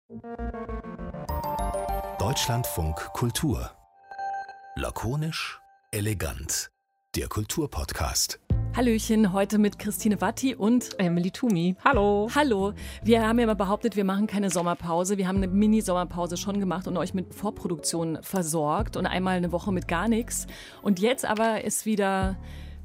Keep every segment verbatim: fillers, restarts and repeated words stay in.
Deutschlandfunk Kultur. Lakonisch, elegant. Der Kulturpodcast. Hallöchen, heute mit Christine Watti und Emily Tumi. Hallo. Hallo. Wir haben ja mal behauptet, wir machen keine Sommerpause. Wir haben eine Mini-Sommerpause schon gemacht und euch mit Vorproduktion versorgt und einmal eine Woche mit gar nichts. Und jetzt aber ist wieder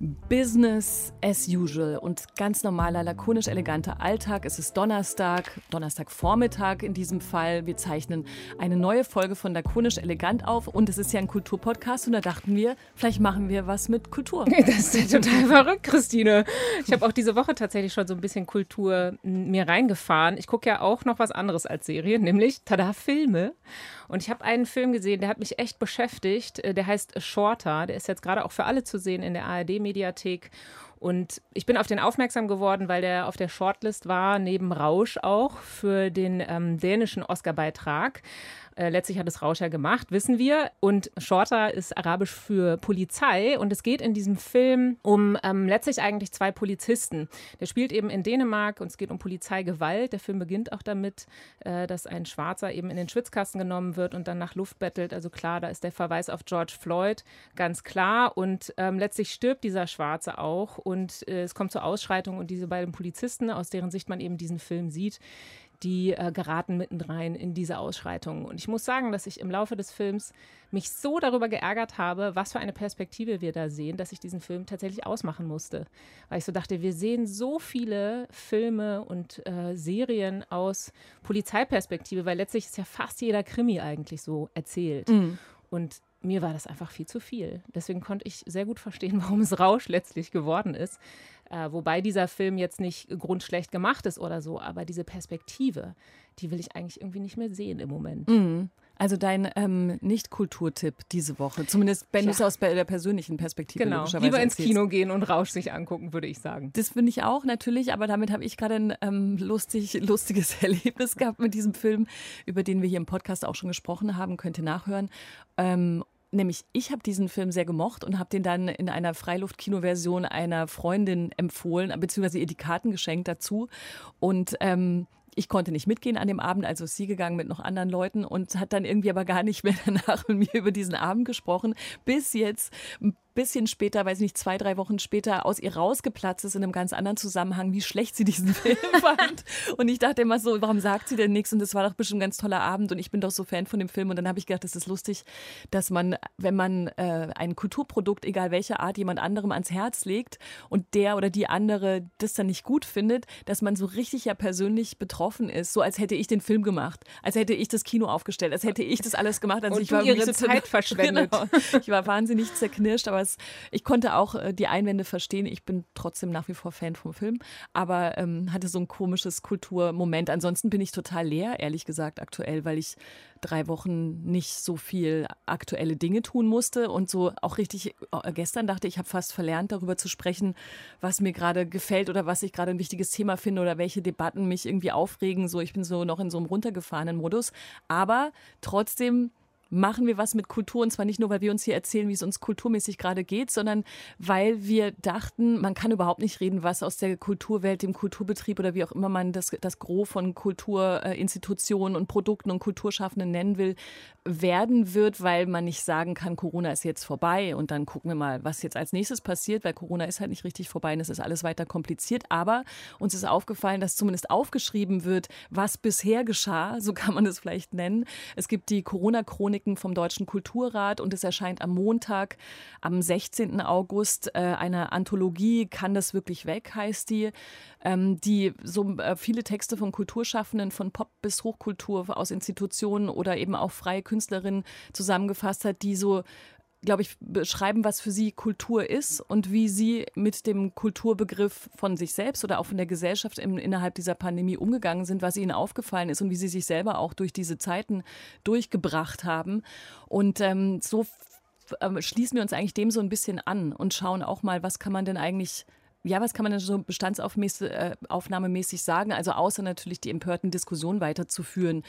Business as usual und ganz normaler, lakonisch eleganter Alltag. Es ist Donnerstag, Donnerstagvormittag in diesem Fall. Wir zeichnen eine neue Folge von Lakonisch elegant auf und es ist ja ein Kulturpodcast und da dachten wir, vielleicht machen wir was mit Kultur. Das ist ja total verrückt, Christine. Ich habe auch diese Woche tatsächlich schon so ein bisschen Kultur mir reingefahren. Ich gucke ja auch noch was anderes als Serien, nämlich, tada, Filme. Und ich habe einen Film gesehen, der hat mich echt beschäftigt. Der heißt Shorter. Der ist jetzt gerade auch für alle zu sehen in der A R D-Mediathek. Und ich bin auf den aufmerksam geworden, weil der auf der Shortlist war, neben Rausch auch, für den ähm, dänischen Oscar-Beitrag. Äh, letztlich hat es Rausch ja gemacht, wissen wir. Und Shorter ist arabisch für Polizei. Und es geht in diesem Film um ähm, letztlich eigentlich zwei Polizisten. Der spielt eben in Dänemark und es geht um Polizeigewalt. Der Film beginnt auch damit, äh, dass ein Schwarzer eben in den Schwitzkasten genommen wird und dann nach Luft bettelt. Also klar, da ist der Verweis auf George Floyd ganz klar. Und ähm, letztlich stirbt dieser Schwarze auch. Und äh, es kommt zur Ausschreitung und diese beiden Polizisten, aus deren Sicht man eben diesen Film sieht, die äh, geraten mittendrin in diese Ausschreitung. Und ich muss sagen, dass ich im Laufe des Films mich so darüber geärgert habe, was für eine Perspektive wir da sehen, dass ich diesen Film tatsächlich ausmachen musste. Weil ich so dachte, wir sehen so viele Filme und äh, Serien aus Polizeiperspektive, weil letztlich ist ja fast jeder Krimi eigentlich so erzählt. Mhm. Und mir war das einfach viel zu viel. Deswegen konnte ich sehr gut verstehen, warum es Rausch letztlich geworden ist. Äh, wobei dieser Film jetzt nicht grundschlecht gemacht ist oder so, aber diese Perspektive, die will ich eigentlich irgendwie nicht mehr sehen im Moment. Mhm. Also dein ähm, Nicht-Kulturtipp diese Woche, zumindest wenn ja. du es aus der persönlichen Perspektive genau. logischerweise Lieber ins erzählst. Kino gehen und Rausch sich angucken, würde ich sagen. Das finde ich auch natürlich, aber damit habe ich gerade ein ähm, lustig, lustiges Erlebnis gehabt mit diesem Film, über den wir hier im Podcast auch schon gesprochen haben, könnt ihr nachhören. Ähm, Nämlich, ich habe diesen Film sehr gemocht und habe den dann in einer Freiluft-Kino-Version einer Freundin empfohlen, beziehungsweise ihr die Karten geschenkt dazu. Und ähm, ich konnte nicht mitgehen an dem Abend, also ist sie gegangen mit noch anderen Leuten und hat dann irgendwie aber gar nicht mehr danach mit mir über diesen Abend gesprochen, bis jetzt ein bisschen später, weiß nicht, zwei, drei Wochen später aus ihr rausgeplatzt ist in einem ganz anderen Zusammenhang, wie schlecht sie diesen Film fand. Und ich dachte immer so, warum sagt sie denn nichts? Und das war doch bestimmt ein ganz toller Abend und ich bin doch so Fan von dem Film. Und dann habe ich gedacht, das ist lustig, dass man, wenn man äh, ein Kulturprodukt, egal welcher Art, jemand anderem ans Herz legt und der oder die andere das dann nicht gut findet, dass man so richtig ja persönlich betroffen ist. So als hätte ich den Film gemacht, als hätte ich das Kino aufgestellt, als hätte ich das alles gemacht. Also und ich du war ihre so Zeit verschwendet. Genau. Ich war wahnsinnig zerknirscht, aber es, ich konnte auch äh, die Einwände verstehen. Ich bin trotzdem nach wie vor Fan vom Film, aber ähm, hatte so ein komisches Kulturmoment. Ansonsten bin ich total leer, ehrlich gesagt, aktuell, weil ich drei Wochen nicht so viel aktuelle Dinge tun musste und so auch richtig, äh, gestern dachte ich, habe fast verlernt, darüber zu sprechen, was mir gerade gefällt oder was ich gerade ein wichtiges Thema finde oder welche Debatten mich irgendwie aufregen. So, ich bin so noch in so einem runtergefahrenen Modus, aber trotzdem machen wir was mit Kultur und zwar nicht nur, weil wir uns hier erzählen, wie es uns kulturmäßig gerade geht, sondern weil wir dachten, man kann überhaupt nicht reden, was aus der Kulturwelt, dem Kulturbetrieb oder wie auch immer man das, das Gros von Kulturinstitutionen und Produkten und Kulturschaffenden nennen will, werden wird, weil man nicht sagen kann, Corona ist jetzt vorbei und dann gucken wir mal, was jetzt als nächstes passiert, weil Corona ist halt nicht richtig vorbei und es ist alles weiter kompliziert, aber uns ist aufgefallen, dass zumindest aufgeschrieben wird, was bisher geschah, so kann man es vielleicht nennen. Es gibt die Corona-Chronik vom Deutschen Kulturrat und es erscheint am Montag, am sechzehnten August, äh, eine Anthologie, Kann das wirklich weg, heißt die, ähm, die so äh, viele Texte von Kulturschaffenden, von Pop bis Hochkultur aus Institutionen oder eben auch freie Künstlerinnen zusammengefasst hat, die so, glaube ich, beschreiben, was für sie Kultur ist und wie sie mit dem Kulturbegriff von sich selbst oder auch von der Gesellschaft im, innerhalb dieser Pandemie umgegangen sind, was ihnen aufgefallen ist und wie sie sich selber auch durch diese Zeiten durchgebracht haben. Und ähm, so f- äh, schließen wir uns eigentlich dem so ein bisschen an und schauen auch mal, was kann man denn eigentlich Ja, was kann man denn so bestandsaufnahmemäßig sagen? Also außer natürlich die empörten Diskussionen weiterzuführen,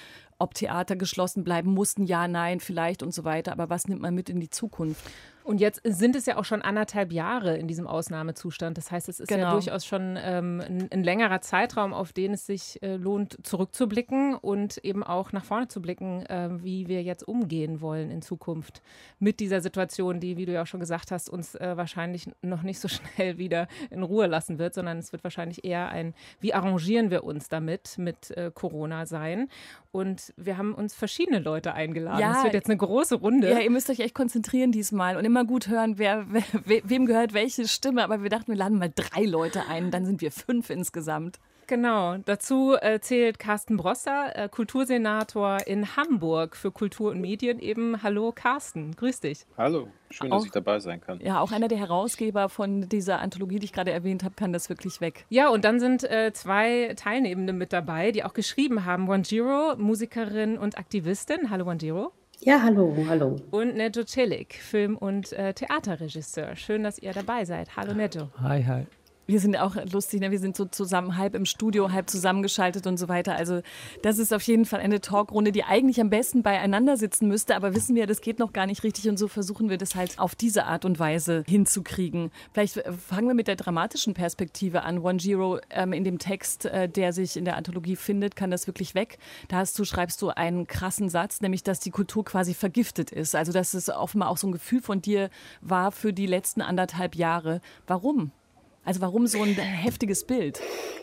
ob Theater geschlossen bleiben mussten, ja, nein, vielleicht und so weiter. Aber was nimmt man mit in die Zukunft? Und jetzt sind es ja auch schon anderthalb Jahre in diesem Ausnahmezustand. Das heißt, es ist Genau. ja durchaus schon ähm, ein, ein längerer Zeitraum, auf den es sich äh, lohnt, zurückzublicken und eben auch nach vorne zu blicken, äh, wie wir jetzt umgehen wollen in Zukunft mit dieser Situation, die, wie du ja auch schon gesagt hast, uns äh, wahrscheinlich noch nicht so schnell wieder in Ruhe lassen wird, sondern es wird wahrscheinlich eher ein, wie arrangieren wir uns damit, mit äh, Corona sein. Und wir haben uns verschiedene Leute eingeladen. Ja, es wird jetzt eine große Runde. Ja, ihr müsst euch echt konzentrieren diesmal und immer gut hören, wer, wer, we, wem gehört welche Stimme. Aber wir dachten, wir laden mal drei Leute ein, dann sind wir fünf insgesamt. Genau, dazu äh, zählt Carsten Brosser, äh, Kultursenator in Hamburg für Kultur und Medien eben. Hallo Carsten, grüß dich. Hallo, schön, Auch- dass ich dabei sein kann. Ja, auch einer der Herausgeber von dieser Anthologie, die ich gerade erwähnt habe, kann das wirklich weg. Ja, und dann sind äh, zwei Teilnehmende mit dabei, die auch geschrieben haben. Wanjiro, Musikerin und Aktivistin. Hallo Wanjiro. Ja, hallo, hallo. Und Nejo Celik, Film- und äh, Theaterregisseur. Schön, dass ihr dabei seid. Hallo Nejo. Hi, hi. Wir sind auch lustig, ne? Wir sind so zusammen halb im Studio, halb zusammengeschaltet und so weiter. Also das ist auf jeden Fall eine Talkrunde, die eigentlich am besten beieinander sitzen müsste, aber wissen wir, das geht noch gar nicht richtig und so versuchen wir das halt auf diese Art und Weise hinzukriegen. Vielleicht äh, fangen wir mit der dramatischen Perspektive an. Wanjiro, ähm, in dem Text, äh, der sich in der Anthologie findet, kann das wirklich weg. Da hast du, schreibst du einen krassen Satz, nämlich, dass die Kultur quasi vergiftet ist. Also dass es offenbar auch so ein Gefühl von dir war für die letzten anderthalb Jahre. Warum? Also warum so ein heftiges Bild?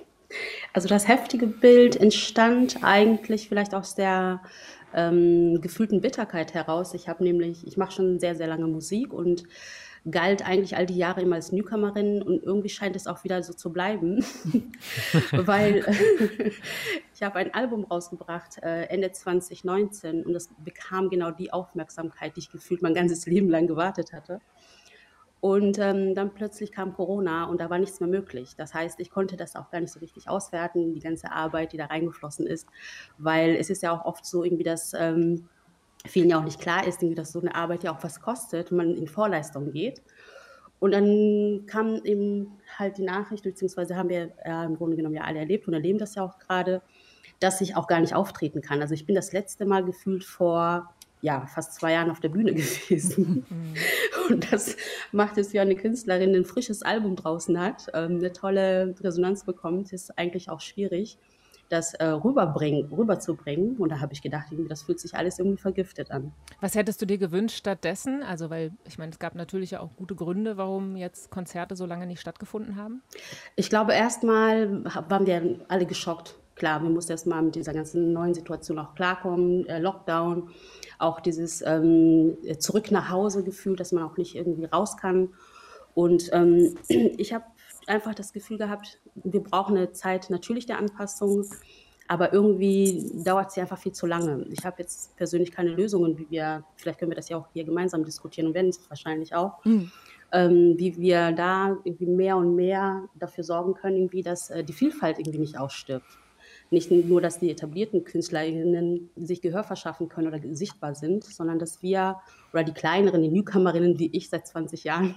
Also das heftige Bild entstand eigentlich vielleicht aus der ähm, gefühlten Bitterkeit heraus. Ich habe nämlich, ich mache schon sehr, sehr lange Musik und galt eigentlich all die Jahre immer als Newcomerin und irgendwie scheint es auch wieder so zu bleiben, weil äh, ich habe ein Album rausgebracht äh, Ende zwanzig neunzehn und das bekam genau die Aufmerksamkeit, die ich gefühlt mein ganzes Leben lang gewartet hatte. Und ähm, dann plötzlich kam Corona und da war nichts mehr möglich. Das heißt, ich konnte das auch gar nicht so richtig auswerten, die ganze Arbeit, die da reingeflossen ist, weil es ist ja auch oft so irgendwie, dass ähm, vielen ja auch nicht klar ist, irgendwie, dass so eine Arbeit ja auch was kostet und man in Vorleistung geht. Und dann kam eben halt die Nachricht, beziehungsweise haben wir äh, im Grunde genommen ja alle erlebt und erleben das ja auch gerade, dass ich auch gar nicht auftreten kann. Also ich bin das letzte Mal gefühlt vor ja, fast zwei Jahren auf der Bühne gewesen. Und das macht es, wie eine Künstlerin ein frisches Album draußen hat, ähm, eine tolle Resonanz bekommt, ist eigentlich auch schwierig, das äh, rüberbringen, rüberzubringen. Und da habe ich gedacht, irgendwie, das fühlt sich alles irgendwie vergiftet an. Was hättest du dir gewünscht stattdessen? Also, weil ich meine, es gab natürlich ja auch gute Gründe, warum jetzt Konzerte so lange nicht stattgefunden haben. Ich glaube, erstmal waren wir alle geschockt. Klar, wir mussten erstmal mit dieser ganzen neuen Situation auch klarkommen, äh, Lockdown, auch dieses ähm, Zurück nach Hause Gefühl, dass man auch nicht irgendwie raus kann. Und ähm, ich habe einfach das Gefühl gehabt, wir brauchen eine Zeit natürlich der Anpassung, aber irgendwie dauert sie einfach viel zu lange. Ich habe jetzt persönlich keine Lösungen, wie wir, vielleicht können wir das ja auch hier gemeinsam diskutieren und werden es wahrscheinlich auch, mhm. ähm, wie wir da irgendwie mehr und mehr dafür sorgen können, irgendwie, dass äh, die Vielfalt irgendwie nicht ausstirbt. Nicht nur, dass die etablierten KünstlerInnen sich Gehör verschaffen können oder sichtbar sind, sondern dass wir oder die kleineren, die Newcomerinnen wie ich seit zwanzig Jahren,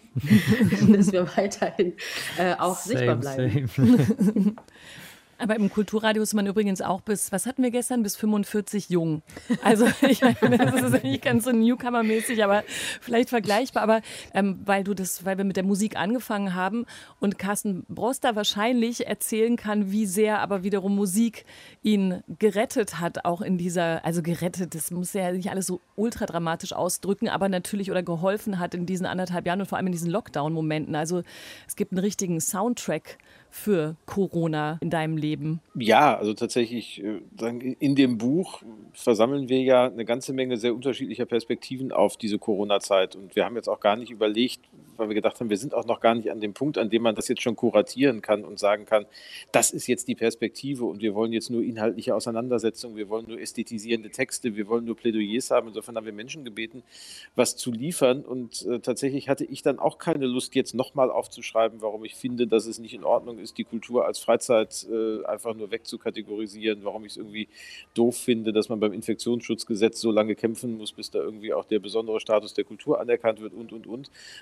dass wir weiterhin äh, auch same, sichtbar bleiben. Same. Aber im Kulturradio ist man übrigens auch bis, was hatten wir gestern, bis fünfundvierzig jung. Also ich meine, das ist nicht ganz so Newcomer-mäßig, aber vielleicht vergleichbar. Aber ähm, weil du das, weil wir mit der Musik angefangen haben und Carsten Broster wahrscheinlich erzählen kann, wie sehr aber wiederum Musik ihn gerettet hat, auch in dieser, also gerettet, das muss ja nicht alles so ultra dramatisch ausdrücken, aber natürlich oder geholfen hat in diesen anderthalb Jahren und vor allem in diesen Lockdown-Momenten. Also es gibt einen richtigen Soundtrack für Corona in deinem Leben? Ja, also tatsächlich in dem Buch versammeln wir ja eine ganze Menge sehr unterschiedlicher Perspektiven auf diese Corona-Zeit und wir haben jetzt auch gar nicht überlegt, weil wir gedacht haben, wir sind auch noch gar nicht an dem Punkt, an dem man das jetzt schon kuratieren kann und sagen kann, das ist jetzt die Perspektive und wir wollen jetzt nur inhaltliche Auseinandersetzungen, wir wollen nur ästhetisierende Texte, wir wollen nur Plädoyers haben. Insofern haben wir Menschen gebeten, was zu liefern und äh, tatsächlich hatte ich dann auch keine Lust, jetzt nochmal aufzuschreiben, warum ich finde, dass es nicht in Ordnung ist, die Kultur als Freizeit äh, einfach nur wegzukategorisieren, warum ich es irgendwie doof finde, dass man beim Infektionsschutzgesetz so lange kämpfen muss, bis da irgendwie auch der besondere Status der Kultur anerkannt wird und, und, und, sondern ich habe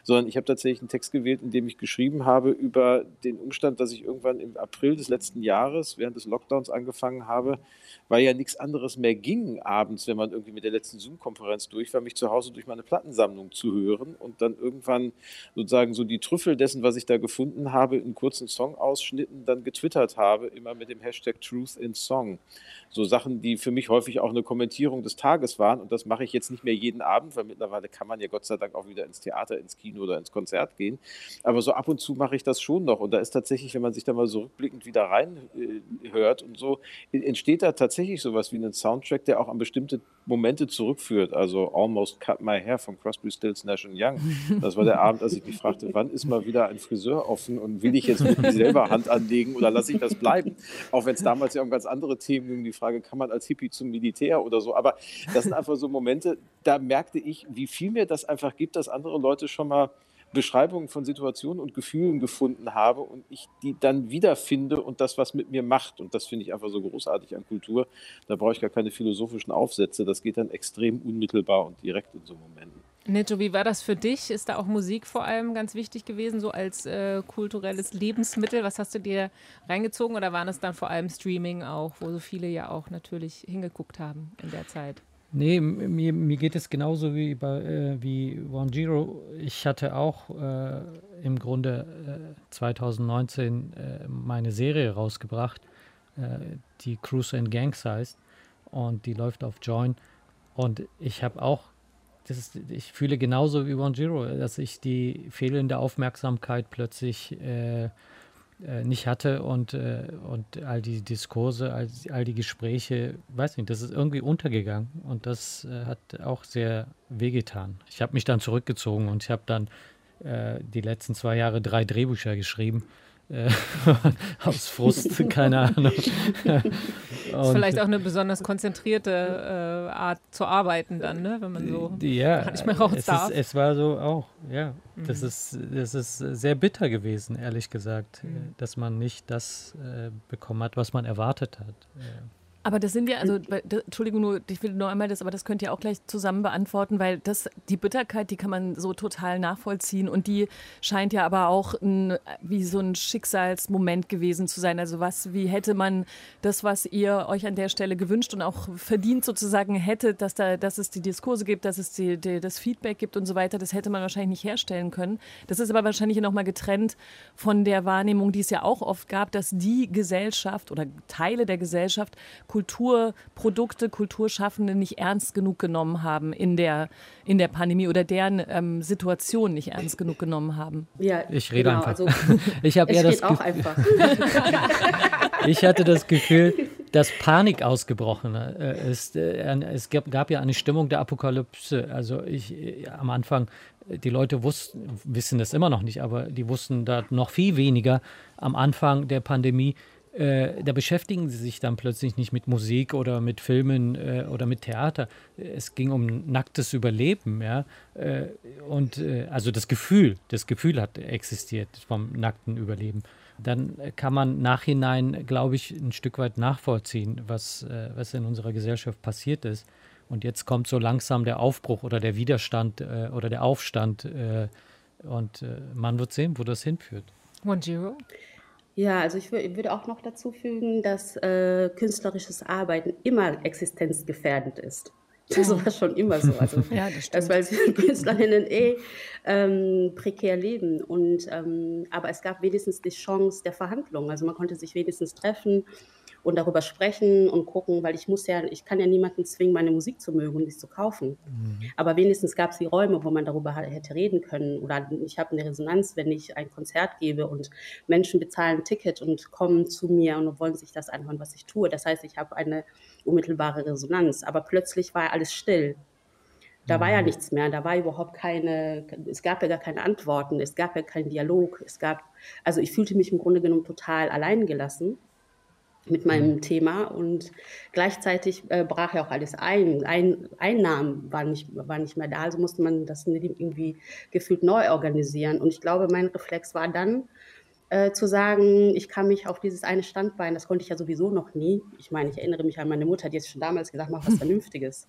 tatsächlich einen Text gewählt, in dem ich geschrieben habe über den Umstand, dass ich irgendwann im April des letzten Jahres, während des Lockdowns angefangen habe, weil ja nichts anderes mehr ging abends, wenn man irgendwie mit der letzten Zoom-Konferenz durch war, mich zu Hause durch meine Plattensammlung zu hören und dann irgendwann sozusagen so die Trüffel dessen, was ich da gefunden habe, in kurzen Songausschnitten dann getwittert habe, immer mit dem Hashtag Truth in Song. So Sachen, die für mich häufig auch eine Kommentierung des Tages waren, und das mache ich jetzt nicht mehr jeden Abend, weil mittlerweile kann man ja Gott sei Dank auch wieder ins Theater, ins Kino oder ins Konzert gehen, aber so ab und zu mache ich das schon noch, und da ist tatsächlich, wenn man sich da mal so rückblickend wieder reinhört äh, und so, entsteht da tatsächlich sowas wie ein Soundtrack, der auch an bestimmte Momente zurückführt, also Almost Cut My Hair von Crosby, Stills, Nash and Young. Das war der Abend, als ich mich fragte, wann ist mal wieder ein Friseur offen und will ich jetzt wirklich selber Hand anlegen oder lasse ich das bleiben? Auch wenn es damals ja um ganz andere Themen ging, die Frage, kann man als Hippie zum Militär oder so, aber das sind einfach so Momente, da merkte ich, wie viel mir das einfach gibt, dass andere Leute schon mal Beschreibungen von Situationen und Gefühlen gefunden habe und ich die dann wiederfinde und das, was mit mir macht. Und das finde ich einfach so großartig an Kultur. Da brauche ich gar keine philosophischen Aufsätze. Das geht dann extrem unmittelbar und direkt in so Momenten. Nejo, wie war das für dich? Ist da auch Musik vor allem ganz wichtig gewesen, so als äh, kulturelles Lebensmittel? Was hast du dir reingezogen oder waren es dann vor allem Streaming auch, wo so viele ja auch natürlich hingeguckt haben in der Zeit? Nee, mir, mir geht es genauso wie bei äh, wie Wanjiro. Ich hatte auch äh, im Grunde äh, zwanzig neunzehn äh, meine Serie rausgebracht, äh, die Cruise and Gangs heißt, und die läuft auf Join. Und ich habe auch, das ist, ich fühle genauso wie Wanjiro, dass ich die fehlende Aufmerksamkeit plötzlich äh, äh, nicht hatte und, äh, und all die Diskurse, all, all die Gespräche, weiß nicht, das ist irgendwie untergegangen und das äh, hat auch sehr wehgetan. Ich habe mich dann zurückgezogen und ich habe dann äh, die letzten zwei Jahre drei Drehbücher geschrieben. Äh, aus Frust, keine Ahnung. Das ist vielleicht auch eine besonders konzentrierte äh, Art zu arbeiten dann, ne? Wenn man so ja, gar nicht mehr raus es darf. Ist, es war so auch, ja. Mhm. Das ist, das ist sehr bitter gewesen, ehrlich gesagt, Mhm. dass man nicht das äh, bekommen hat, was man erwartet hat. Ja. Aber das sind ja, also, das, Entschuldigung, nur, ich will nur einmal das, aber das könnt ihr auch gleich zusammen beantworten, weil das, die Bitterkeit, die kann man so total nachvollziehen und die scheint ja aber auch ein, wie so ein Schicksalsmoment gewesen zu sein. Also was, wie hätte man das, was ihr euch an der Stelle gewünscht und auch verdient sozusagen hättet, dass da, dass es die Diskurse gibt, dass es die, die, das Feedback gibt und so weiter, das hätte man wahrscheinlich nicht herstellen können. Das ist aber wahrscheinlich nochmal getrennt von der Wahrnehmung, die es ja auch oft gab, dass die Gesellschaft oder Teile der Gesellschaft Kulturprodukte, Kulturschaffende nicht ernst genug genommen haben in der, in der Pandemie oder deren ähm, Situation nicht ernst genug genommen haben. Ja, Ich rede genau, einfach. Also, ich habe eher das auch Ge- einfach. Ich hatte das Gefühl, dass Panik ausgebrochen äh, ist. Äh, es gab, gab ja eine Stimmung der Apokalypse. Also ich äh, am Anfang, äh, die Leute wussten, wissen das immer noch nicht, aber die wussten da noch viel weniger am Anfang der Pandemie. Äh, da beschäftigen sie sich dann plötzlich nicht mit Musik oder mit Filmen äh, oder mit Theater. Es ging um nacktes Überleben, ja. Äh, und äh, also das Gefühl, das Gefühl hat existiert vom nackten Überleben. Dann kann man nachhinein, glaube ich, ein Stück weit nachvollziehen, was, äh, was in unserer Gesellschaft passiert ist. Und jetzt kommt so langsam der Aufbruch oder der Widerstand äh, oder der Aufstand. Äh, und äh, man wird sehen, wo das hinführt. Wanjiro? Ja, also ich wür- würde auch noch dazu fügen, dass äh, künstlerisches Arbeiten immer existenzgefährdend ist. Das war schon immer so. Also, Ja, das das, stimmt. weil viele Künstlerinnen eh ähm, prekär leben. Und, ähm, aber es gab wenigstens die Chance der Verhandlung. Also man konnte sich wenigstens treffen und darüber sprechen und gucken, weil ich muss ja, ich kann ja niemanden zwingen, meine Musik zu mögen und sie zu kaufen. Aber wenigstens gab es die Räume, wo man darüber ha- hätte reden können. Oder ich habe eine Resonanz, wenn ich ein Konzert gebe und Menschen bezahlen ein Ticket und kommen zu mir und wollen sich das anhören, was ich tue. Das heißt, ich habe eine unmittelbare Resonanz. Aber plötzlich war alles still. Da war ja nichts mehr, da war überhaupt keine, es gab ja gar keine Antworten, es gab ja keinen Dialog. Es gab, also ich fühlte mich im Grunde genommen total allein gelassen mit meinem Thema und gleichzeitig äh, brach ja auch alles ein. ein. Einnahmen waren nicht, waren nicht mehr da, also musste man das irgendwie gefühlt neu organisieren. Und ich glaube, mein Reflex war dann, Äh, zu sagen, ich kann mich auf dieses eine Standbein, das konnte ich ja sowieso noch nie. Ich meine, ich erinnere mich an meine Mutter, die hat schon damals gesagt, mach was Vernünftiges.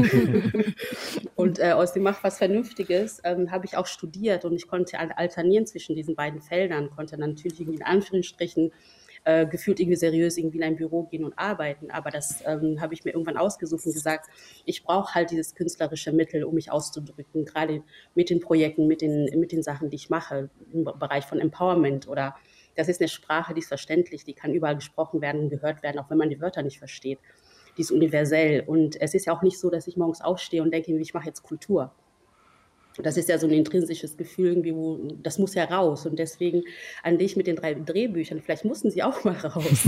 Und äh, aus dem mach was Vernünftiges ähm, habe ich auch studiert und ich konnte alternieren zwischen diesen beiden Feldern, konnte dann natürlich irgendwie in Anführungsstrichen äh, gefühlt irgendwie seriös irgendwie in ein Büro gehen und arbeiten. Aber das ähm, habe ich mir irgendwann ausgesucht und gesagt, ich brauche halt dieses künstlerische Mittel, um mich auszudrücken, gerade mit den Projekten, mit den, mit den Sachen, die ich mache, im Bereich von Empowerment oder das ist eine Sprache, die ist verständlich, die kann überall gesprochen werden und gehört werden, auch wenn man die Wörter nicht versteht. Die ist universell und es ist ja auch nicht so, dass ich morgens aufstehe und denke, ich mache jetzt Kultur. Das ist ja so ein intrinsisches Gefühl, irgendwie, wo, das muss ja raus. Und deswegen an dich mit den drei Drehbüchern, vielleicht mussten sie auch mal raus.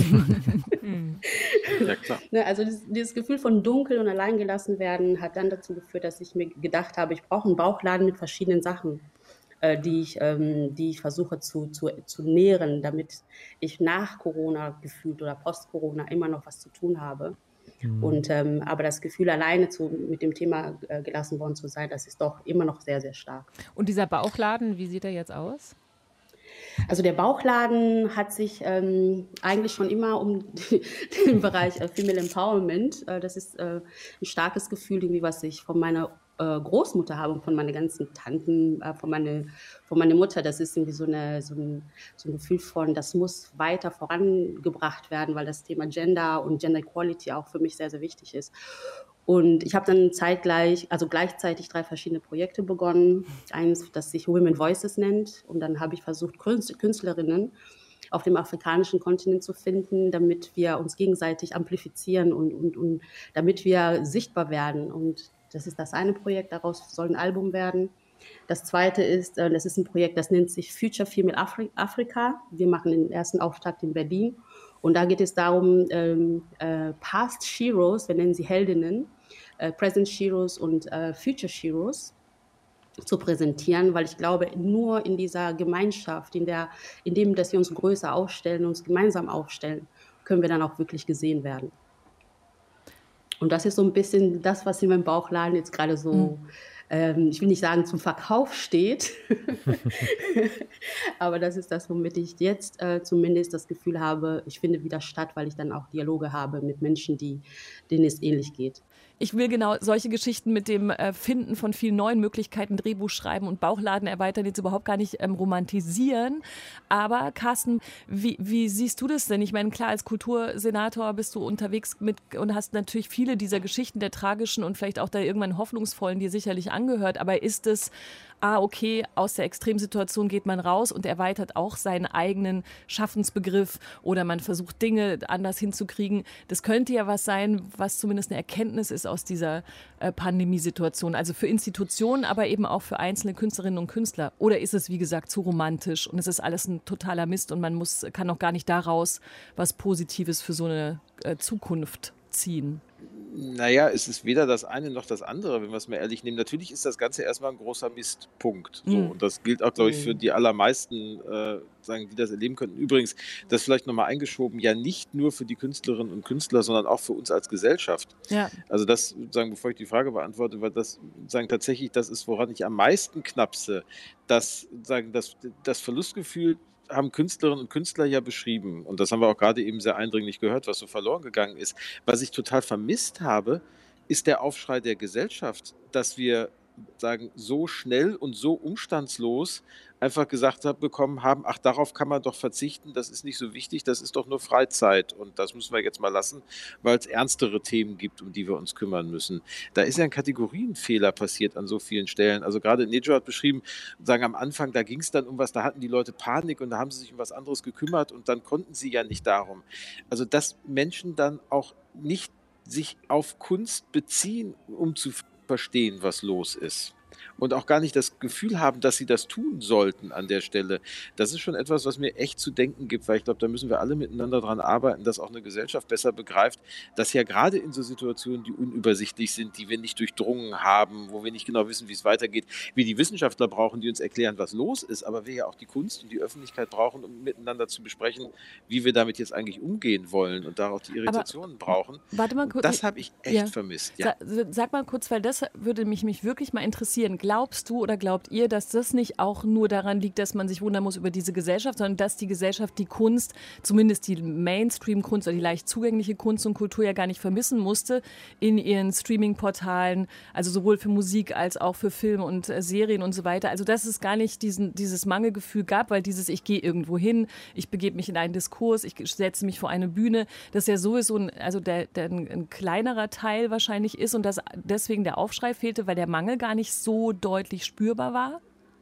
Ja, klar. Also dieses, dieses Gefühl von dunkel und alleingelassen werden hat dann dazu geführt, dass ich mir gedacht habe, ich brauche einen Bauchladen mit verschiedenen Sachen, äh, die, ich, ähm, die ich versuche zu, zu, zu nähren, damit ich nach Corona gefühlt oder post-Corona immer noch was zu tun habe. Und, ähm, aber das Gefühl, alleine zu, mit dem Thema äh, gelassen worden zu sein, das ist doch immer noch sehr, sehr stark. Und dieser Bauchladen, wie sieht er jetzt aus? Also der Bauchladen hat sich ähm, eigentlich schon immer um den Bereich äh, Female Empowerment, äh, das ist äh, ein starkes Gefühl, irgendwie, was ich von meiner äh, Großmutter habe und von meinen ganzen Tanten, äh, von, meine, von meiner Mutter. Das ist irgendwie so, eine, so, ein, so ein Gefühl von, das muss weiter vorangebracht werden, weil das Thema Gender und Gender Equality auch für mich sehr, sehr wichtig ist. Und ich habe dann zeitgleich, also gleichzeitig drei verschiedene Projekte begonnen. Eins, das sich Women Voices nennt. Und dann habe ich versucht, Künstlerinnen auf dem afrikanischen Kontinent zu finden, damit wir uns gegenseitig amplifizieren und, und, und damit wir sichtbar werden. Und das ist das eine Projekt, daraus soll ein Album werden. Das zweite ist, das ist ein Projekt, das nennt sich Future Female Afri- Africa. Wir machen den ersten Auftakt in Berlin. Und da geht es darum, ähm, äh, Past Sheroes, wir nennen sie Heldinnen, äh, Present Sheroes und äh, Future Sheroes zu präsentieren, weil ich glaube, nur in dieser Gemeinschaft, in, der, in dem, dass wir uns größer aufstellen, uns gemeinsam aufstellen, können wir dann auch wirklich gesehen werden. Und das ist so ein bisschen das, was in meinem Bauchladen jetzt gerade so, mhm. ähm, ich will nicht sagen zum Verkauf steht, aber das ist das, womit ich jetzt äh, zumindest das Gefühl habe, ich finde wieder statt, weil ich dann auch Dialoge habe mit Menschen, die, denen es ähnlich geht. Ich will genau solche Geschichten mit dem äh, Finden von vielen neuen Möglichkeiten, Drehbuch schreiben und Bauchladen erweitern, jetzt überhaupt gar nicht ähm, romantisieren. Aber Carsten, wie, wie siehst du das denn? Ich meine, klar, als Kultursenator bist du unterwegs mit und hast natürlich viele dieser Geschichten, der tragischen und vielleicht auch der irgendwann hoffnungsvollen, dir sicherlich angehört. Aber ist es, ah, okay, aus der Extremsituation geht man raus und erweitert auch seinen eigenen Schaffensbegriff oder man versucht Dinge anders hinzukriegen. Das könnte ja was sein, was zumindest eine Erkenntnis ist aus dieser äh, Pandemiesituation. Also für Institutionen, aber eben auch für einzelne Künstlerinnen und Künstler. Oder ist es, wie gesagt, zu romantisch und es ist alles ein totaler Mist und man muss, kann auch gar nicht daraus was Positives für so eine äh, Zukunft ziehen? Naja, es ist weder das eine noch das andere, wenn wir es mal ehrlich nehmen. Natürlich ist das Ganze erstmal ein großer Mistpunkt. So, Mhm. und das gilt auch, glaube ich, für die allermeisten, äh, sagen, die das erleben könnten. Übrigens, das vielleicht nochmal eingeschoben, ja nicht nur für die Künstlerinnen und Künstler, sondern auch für uns als Gesellschaft. Ja. Also das, sagen, bevor ich die Frage beantworte, weil das sagen tatsächlich das ist, woran ich am meisten knapse, dass sagen, das, das Verlustgefühl haben Künstlerinnen und Künstler ja beschrieben. Und das haben wir auch gerade eben sehr eindringlich gehört, was so verloren gegangen ist. Was ich total vermisst habe, ist der Aufschrei der Gesellschaft, dass wir sagen, so schnell und so umstandslos einfach gesagt haben, bekommen haben, ach, darauf kann man doch verzichten, das ist nicht so wichtig, das ist doch nur Freizeit und das müssen wir jetzt mal lassen, weil es ernstere Themen gibt, um die wir uns kümmern müssen. Da ist ja ein Kategorienfehler passiert an so vielen Stellen. Also gerade Nejo hat beschrieben, sagen am Anfang, da ging es dann um was, da hatten die Leute Panik und da haben sie sich um was anderes gekümmert und dann konnten sie ja nicht darum. Also dass Menschen dann auch nicht sich auf Kunst beziehen, um zu verstehen, was los ist. Und auch gar nicht das Gefühl haben, dass sie das tun sollten an der Stelle. Das ist schon etwas, was mir echt zu denken gibt, weil ich glaube, da müssen wir alle miteinander dran arbeiten, dass auch eine Gesellschaft besser begreift, dass ja gerade in so Situationen, die unübersichtlich sind, die wir nicht durchdrungen haben, wo wir nicht genau wissen, wie es weitergeht, wir die Wissenschaftler brauchen, die uns erklären, was los ist, aber wir ja auch die Kunst und die Öffentlichkeit brauchen, um miteinander zu besprechen, wie wir damit jetzt eigentlich umgehen wollen und da auch die Irritationen aber brauchen. Warte mal kurz. Das habe ich echt ja. vermisst. Ja. Sa- Sag mal kurz, weil das würde mich, mich wirklich mal interessieren. denn, glaubst du oder glaubt ihr, dass das nicht auch nur daran liegt, dass man sich wundern muss über diese Gesellschaft, sondern dass die Gesellschaft die Kunst, zumindest die Mainstream-Kunst oder die leicht zugängliche Kunst und Kultur ja gar nicht vermissen musste in ihren Streaming-Portalen, also sowohl für Musik als auch für Filme und äh, Serien und so weiter. Also dass es gar nicht diesen, dieses Mangelgefühl gab, weil dieses ich gehe irgendwo hin, ich begebe mich in einen Diskurs, ich setze mich vor eine Bühne, das ja sowieso ein, also der, der ein, ein kleinerer Teil wahrscheinlich ist und dass deswegen der Aufschrei fehlte, weil der Mangel gar nicht so deutlich spürbar war?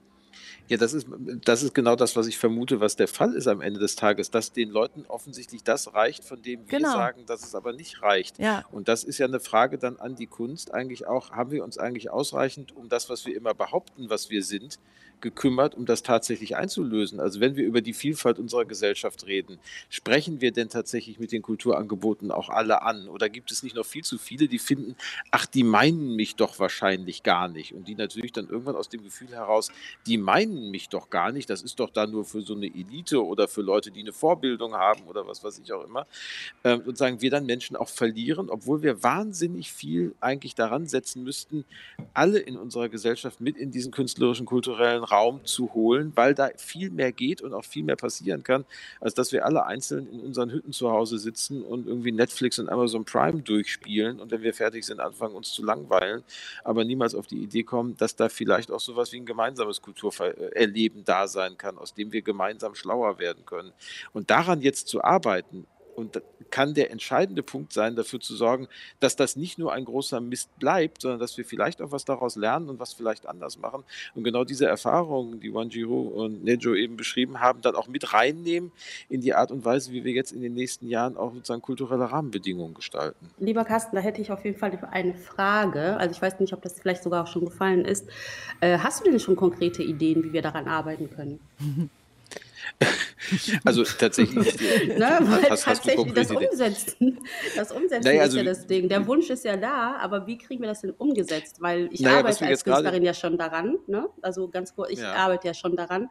Ja, das ist, das ist genau das, was ich vermute, was der Fall ist am Ende des Tages, dass den Leuten offensichtlich das reicht, von dem wir Genau. sagen, dass es aber nicht reicht. Ja. Und das ist ja eine Frage dann an die Kunst eigentlich auch, haben wir uns eigentlich ausreichend um das, was wir immer behaupten, was wir sind, gekümmert, um das tatsächlich einzulösen? Also wenn wir über die Vielfalt unserer Gesellschaft reden, sprechen wir denn tatsächlich mit den Kulturangeboten auch alle an? Oder gibt es nicht noch viel zu viele, die finden, ach, die meinen mich doch wahrscheinlich gar nicht? Und die natürlich dann irgendwann aus dem Gefühl heraus, die meinen mich doch gar nicht, das ist doch da nur für so eine Elite oder für Leute, die eine Vorbildung haben oder was weiß ich auch immer, ähm, sozusagen wir dann Menschen auch verlieren, obwohl wir wahnsinnig viel eigentlich daran setzen müssten, alle in unserer Gesellschaft mit in diesen künstlerischen, kulturellen Raum zu holen, weil da viel mehr geht und auch viel mehr passieren kann, als dass wir alle einzeln in unseren Hütten zu Hause sitzen und irgendwie Netflix und Amazon Prime durchspielen und wenn wir fertig sind, anfangen uns zu langweilen, aber niemals auf die Idee kommen, dass da vielleicht auch sowas wie ein gemeinsames Kulturerleben da sein kann, aus dem wir gemeinsam schlauer werden können. Und daran jetzt zu arbeiten, und kann der entscheidende Punkt sein, dafür zu sorgen, dass das nicht nur ein großer Mist bleibt, sondern dass wir vielleicht auch was daraus lernen und was vielleicht anders machen. Und genau diese Erfahrungen, die Wanjiru und Nejo eben beschrieben haben, dann auch mit reinnehmen in die Art und Weise, wie wir jetzt in den nächsten Jahren auch sozusagen kulturelle Rahmenbedingungen gestalten. Lieber Carsten, da hätte ich auf jeden Fall eine Frage. Also ich weiß nicht, ob das vielleicht sogar auch schon gefallen ist. Äh, hast du denn schon konkrete Ideen, wie wir daran arbeiten können? Also tatsächlich, Ne, weil hast, hast du tatsächlich das konkrete Ideen? Umsetzen, das Umsetzen Naja, ist also ja wie- das Ding. Der Wunsch ist ja da, aber wie kriegen wir das denn umgesetzt? Weil ich Naja, was arbeite wir als jetzt gerade- Künstlerin ja schon daran, ne? Also ganz kurz, ich Ja. arbeite ja schon daran.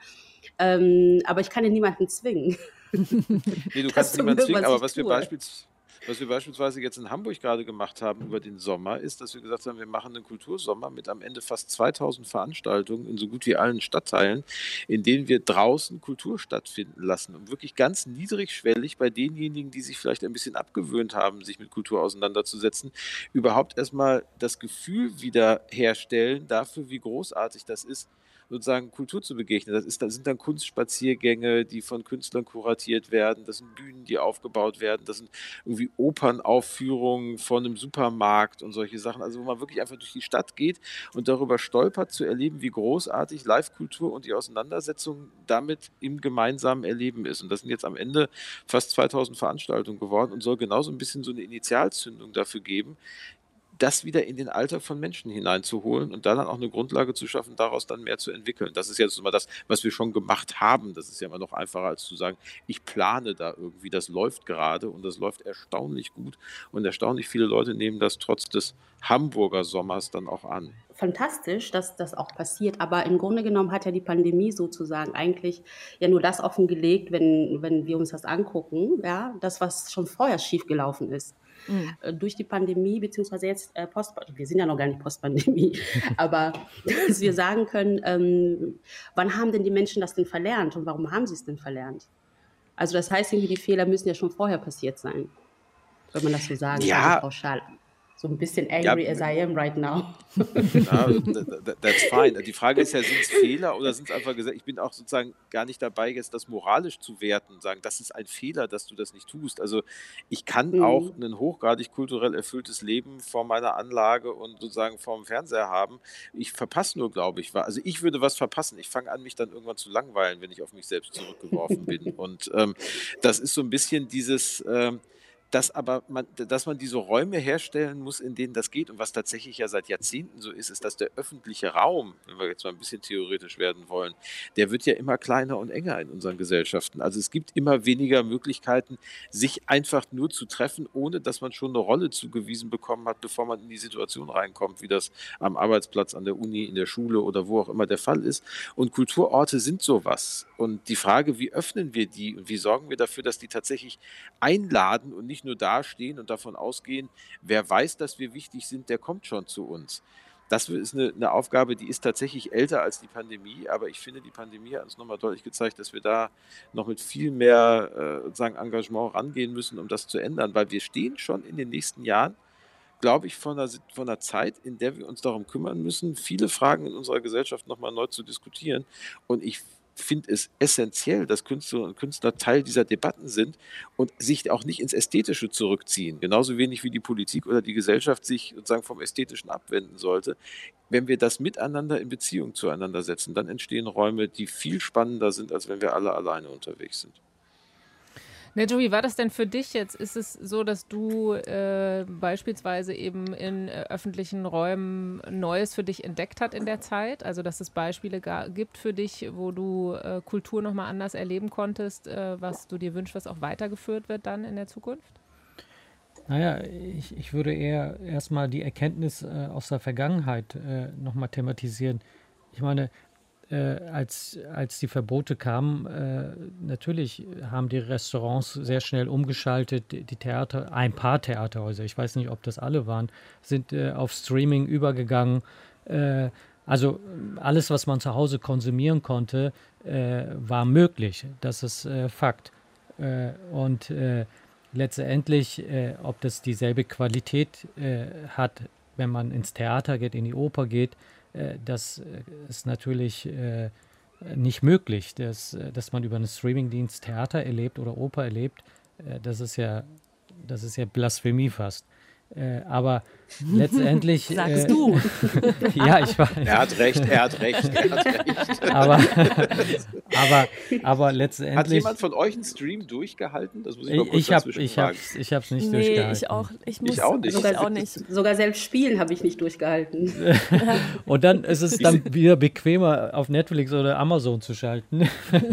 Ähm, aber ich kann ja niemanden zwingen. Nee, du kannst zu niemanden mögen, zwingen, was aber ich was wir, tue. beispiels, was wir beispielsweise jetzt in Hamburg gerade gemacht haben über den Sommer, ist, dass wir gesagt haben, wir machen einen Kultursommer mit am Ende fast zweitausend Veranstaltungen in so gut wie allen Stadtteilen, in denen wir draußen Kultur stattfinden lassen und wirklich ganz niedrigschwellig bei denjenigen, die sich vielleicht ein bisschen abgewöhnt haben, sich mit Kultur auseinanderzusetzen, überhaupt erstmal das Gefühl wieder herstellen dafür, wie großartig das ist, sozusagen Kultur zu begegnen. Das, ist, das sind dann Kunstspaziergänge, die von Künstlern kuratiert werden, das sind Bühnen, die aufgebaut werden, das sind irgendwie Opernaufführungen von einem Supermarkt und solche Sachen, also wo man wirklich einfach durch die Stadt geht und darüber stolpert, zu erleben, wie großartig Live-Kultur und die Auseinandersetzung damit im gemeinsamen Erleben ist. Und das sind jetzt am Ende fast zweitausend Veranstaltungen geworden und soll genauso ein bisschen so eine Initialzündung dafür geben, das wieder in den Alltag von Menschen hineinzuholen und da dann auch eine Grundlage zu schaffen, daraus dann mehr zu entwickeln. Das ist jetzt immer das, was wir schon gemacht haben. Das ist ja immer noch einfacher, als zu sagen, ich plane da irgendwie. Das läuft gerade und das läuft erstaunlich gut. Und erstaunlich viele Leute nehmen das trotz des Hamburger Sommers dann auch an. Fantastisch, dass das auch passiert, aber im Grunde genommen hat ja die Pandemie sozusagen eigentlich ja nur das offengelegt, wenn, wenn wir uns das angucken, ja, das, was schon vorher schiefgelaufen ist. Mhm. Äh, Durch die Pandemie, beziehungsweise jetzt äh, Post, wir sind ja noch gar nicht Postpandemie, aber dass wir sagen können, ähm, wann haben denn die Menschen das denn verlernt und warum haben sie es denn verlernt? Also das heißt, irgendwie die Fehler müssen ja schon vorher passiert sein, wenn man das so sagen Ja. kann, so pauschal. So ein bisschen angry Ja. as I am right now. Ja, that- that- that's fine. Die Frage ist ja, sind es Fehler oder sind es einfach gesagt, ich bin auch sozusagen gar nicht dabei, jetzt das moralisch zu werten, sagen, das ist ein Fehler, dass du das nicht tust. Also ich kann Mhm. auch ein hochgradig kulturell erfülltes Leben vor meiner Anlage und sozusagen vor dem Fernseher haben. Ich verpasse nur, glaube ich, wa- also ich würde was verpassen. Ich fange an, mich dann irgendwann zu langweilen, wenn ich auf mich selbst zurückgeworfen bin. Und ähm, das ist so ein bisschen dieses... Ähm, dass aber man, dass man diese Räume herstellen muss, in denen das geht. Und was tatsächlich ja seit Jahrzehnten so ist, ist, dass der öffentliche Raum, wenn wir jetzt mal ein bisschen theoretisch werden wollen, der wird ja immer kleiner und enger in unseren Gesellschaften. Also es gibt immer weniger Möglichkeiten, sich einfach nur zu treffen, ohne dass man schon eine Rolle zugewiesen bekommen hat, bevor man in die Situation reinkommt, wie das am Arbeitsplatz, an der Uni, in der Schule oder wo auch immer der Fall ist. Und Kulturorte sind sowas. Und die Frage, wie öffnen wir die und wie sorgen wir dafür, dass die tatsächlich einladen und nicht nur dastehen und davon ausgehen, wer weiß, dass wir wichtig sind, der kommt schon zu uns. das ist eine, eine Aufgabe, die ist tatsächlich älter als die Pandemie, aber ich finde, die Pandemie hat uns nochmal deutlich gezeigt, dass wir da noch mit viel mehr äh, sozusagen Engagement rangehen müssen, um das zu ändern, weil wir stehen schon in den nächsten Jahren, glaube ich, vor einer, vor einer Zeit, in der wir uns darum kümmern müssen, viele Fragen in unserer Gesellschaft nochmal neu zu diskutieren. Und ich finde es essentiell, dass Künstlerinnen und Künstler Teil dieser Debatten sind und sich auch nicht ins Ästhetische zurückziehen. Genauso wenig wie die Politik oder die Gesellschaft sich sozusagen vom Ästhetischen abwenden sollte. Wenn wir das miteinander in Beziehung zueinander setzen, dann entstehen Räume, die viel spannender sind, als wenn wir alle alleine unterwegs sind. Nejo, wie war das denn für dich jetzt? Ist es so, dass du äh, beispielsweise eben in äh, öffentlichen Räumen Neues für dich entdeckt hast in der Zeit? Also, dass es Beispiele ga- gibt für dich, wo du äh, Kultur nochmal anders erleben konntest, äh, was du dir wünschst, was auch weitergeführt wird dann in der Zukunft? Naja, ich, ich würde eher erstmal die Erkenntnis äh, aus der Vergangenheit äh, nochmal thematisieren. Ich meine, Äh, als, als die Verbote kamen, äh, natürlich haben die Restaurants sehr schnell umgeschaltet, die Theater, ein paar Theaterhäuser, ich weiß nicht, ob das alle waren, sind äh, auf Streaming übergegangen. Äh, also alles, was man zu Hause konsumieren konnte, äh, war möglich. Das ist äh, Fakt. Äh, und äh, letztendlich, äh, ob das dieselbe Qualität äh, hat, wenn man ins Theater geht, in die Oper geht, das ist natürlich äh, nicht möglich, dass, dass man über einen Streamingdienst Theater erlebt oder Oper erlebt. Äh, das ist ja, das ist ja Blasphemie fast. Äh, aber letztendlich... Sagst äh, du. Ja, ich weiß. Er hat recht, er hat recht, er hat recht. aber, aber, aber letztendlich... Hat jemand von euch einen Stream durchgehalten? Das muss ich mal kurz ich habe dazwischen ich fragen. hab's, ich hab's nicht Nee, durchgehalten. ich auch, ich muss, Ich auch nicht. Sogar, Ich auch nicht. sogar selbst spielen habe ich nicht durchgehalten. Und dann ist es dann wieder bequemer, auf Netflix oder Amazon zu schalten.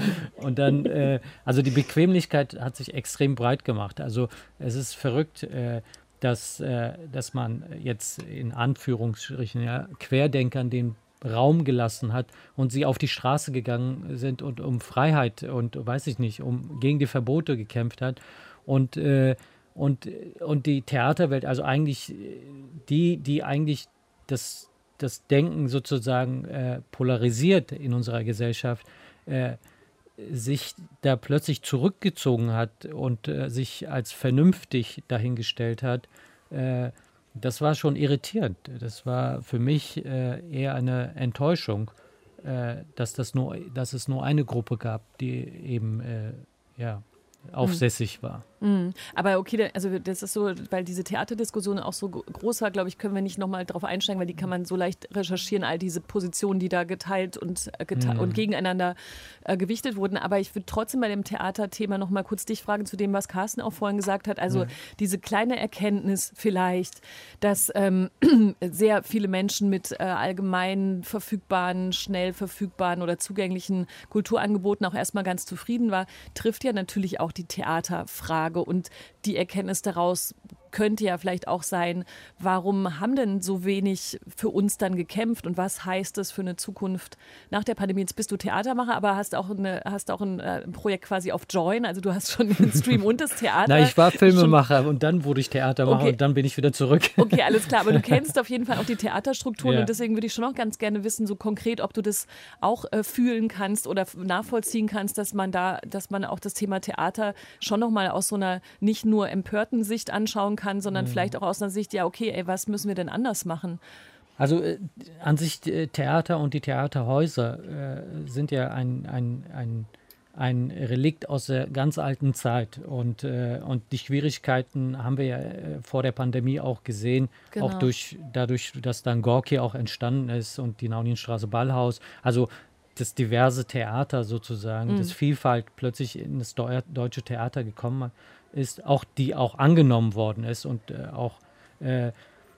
Und dann, äh, also die Bequemlichkeit hat sich extrem breit gemacht. Also es ist verrückt, äh, dass, äh, dass man jetzt in Anführungsstrichen ja, Querdenkern den Raum gelassen hat und sie auf die Straße gegangen sind und um Freiheit und, weiß ich nicht, um gegen die Verbote gekämpft hat. Und, äh, und, und die Theaterwelt, also eigentlich die, die eigentlich das, das Denken sozusagen äh, polarisiert in unserer Gesellschaft, äh, sich da plötzlich zurückgezogen hat und äh, sich als vernünftig dahingestellt hat, äh, das war schon irritierend. Das war für mich äh, eher eine Enttäuschung, äh, dass, das nur, dass es nur eine Gruppe gab, die eben äh, ja, aufsässig war. Mm, aber okay, also das ist so, weil diese Theaterdiskussion auch so groß war, glaube ich, können wir nicht nochmal drauf einsteigen, weil die kann man so leicht recherchieren, all diese Positionen, die da geteilt und, äh, gete- mm. und gegeneinander äh, gewichtet wurden. Aber ich würde trotzdem bei dem Theaterthema nochmal kurz dich fragen zu dem, was Carsten auch vorhin gesagt hat. Also ja. diese kleine Erkenntnis vielleicht, dass ähm, sehr viele Menschen mit äh, allgemein verfügbaren, schnell verfügbaren oder zugänglichen Kulturangeboten auch erstmal ganz zufrieden war, trifft ja natürlich auch die Theaterfrage. Und die Erkenntnis daraus könnte ja vielleicht auch sein, warum haben denn so wenig für uns dann gekämpft und was heißt das für eine Zukunft nach der Pandemie? Jetzt bist du Theatermacher, aber hast auch, eine, hast auch ein, ein Projekt quasi auf Join, also du hast schon den Stream und das Theater. Na, ich war Filmemacher schon, und dann wurde ich Theatermacher okay. und dann bin ich wieder zurück. Okay, alles klar, aber du kennst auf jeden Fall auch die Theaterstrukturen ja. und deswegen würde ich schon auch ganz gerne wissen, so konkret, ob du das auch äh, fühlen kannst oder nachvollziehen kannst, dass man da, dass man auch das Thema Theater schon nochmal aus so einer nicht nur empörten Sicht anschauen kann, sondern mhm. vielleicht auch aus einer Sicht, ja okay, ey, was müssen wir denn anders machen? Also äh, an sich äh, Theater und die Theaterhäuser äh, sind ja ein, ein, ein, ein Relikt aus der ganz alten Zeit und, äh, und die Schwierigkeiten haben wir ja äh, vor der Pandemie auch gesehen, genau. auch durch, dadurch, dass dann Gorki auch entstanden ist und die Naunienstraße Ballhaus, also das diverse Theater sozusagen, mhm. das Vielfalt plötzlich in das Deu- deutsche Theater gekommen ist, auch die auch angenommen worden ist und äh, auch äh,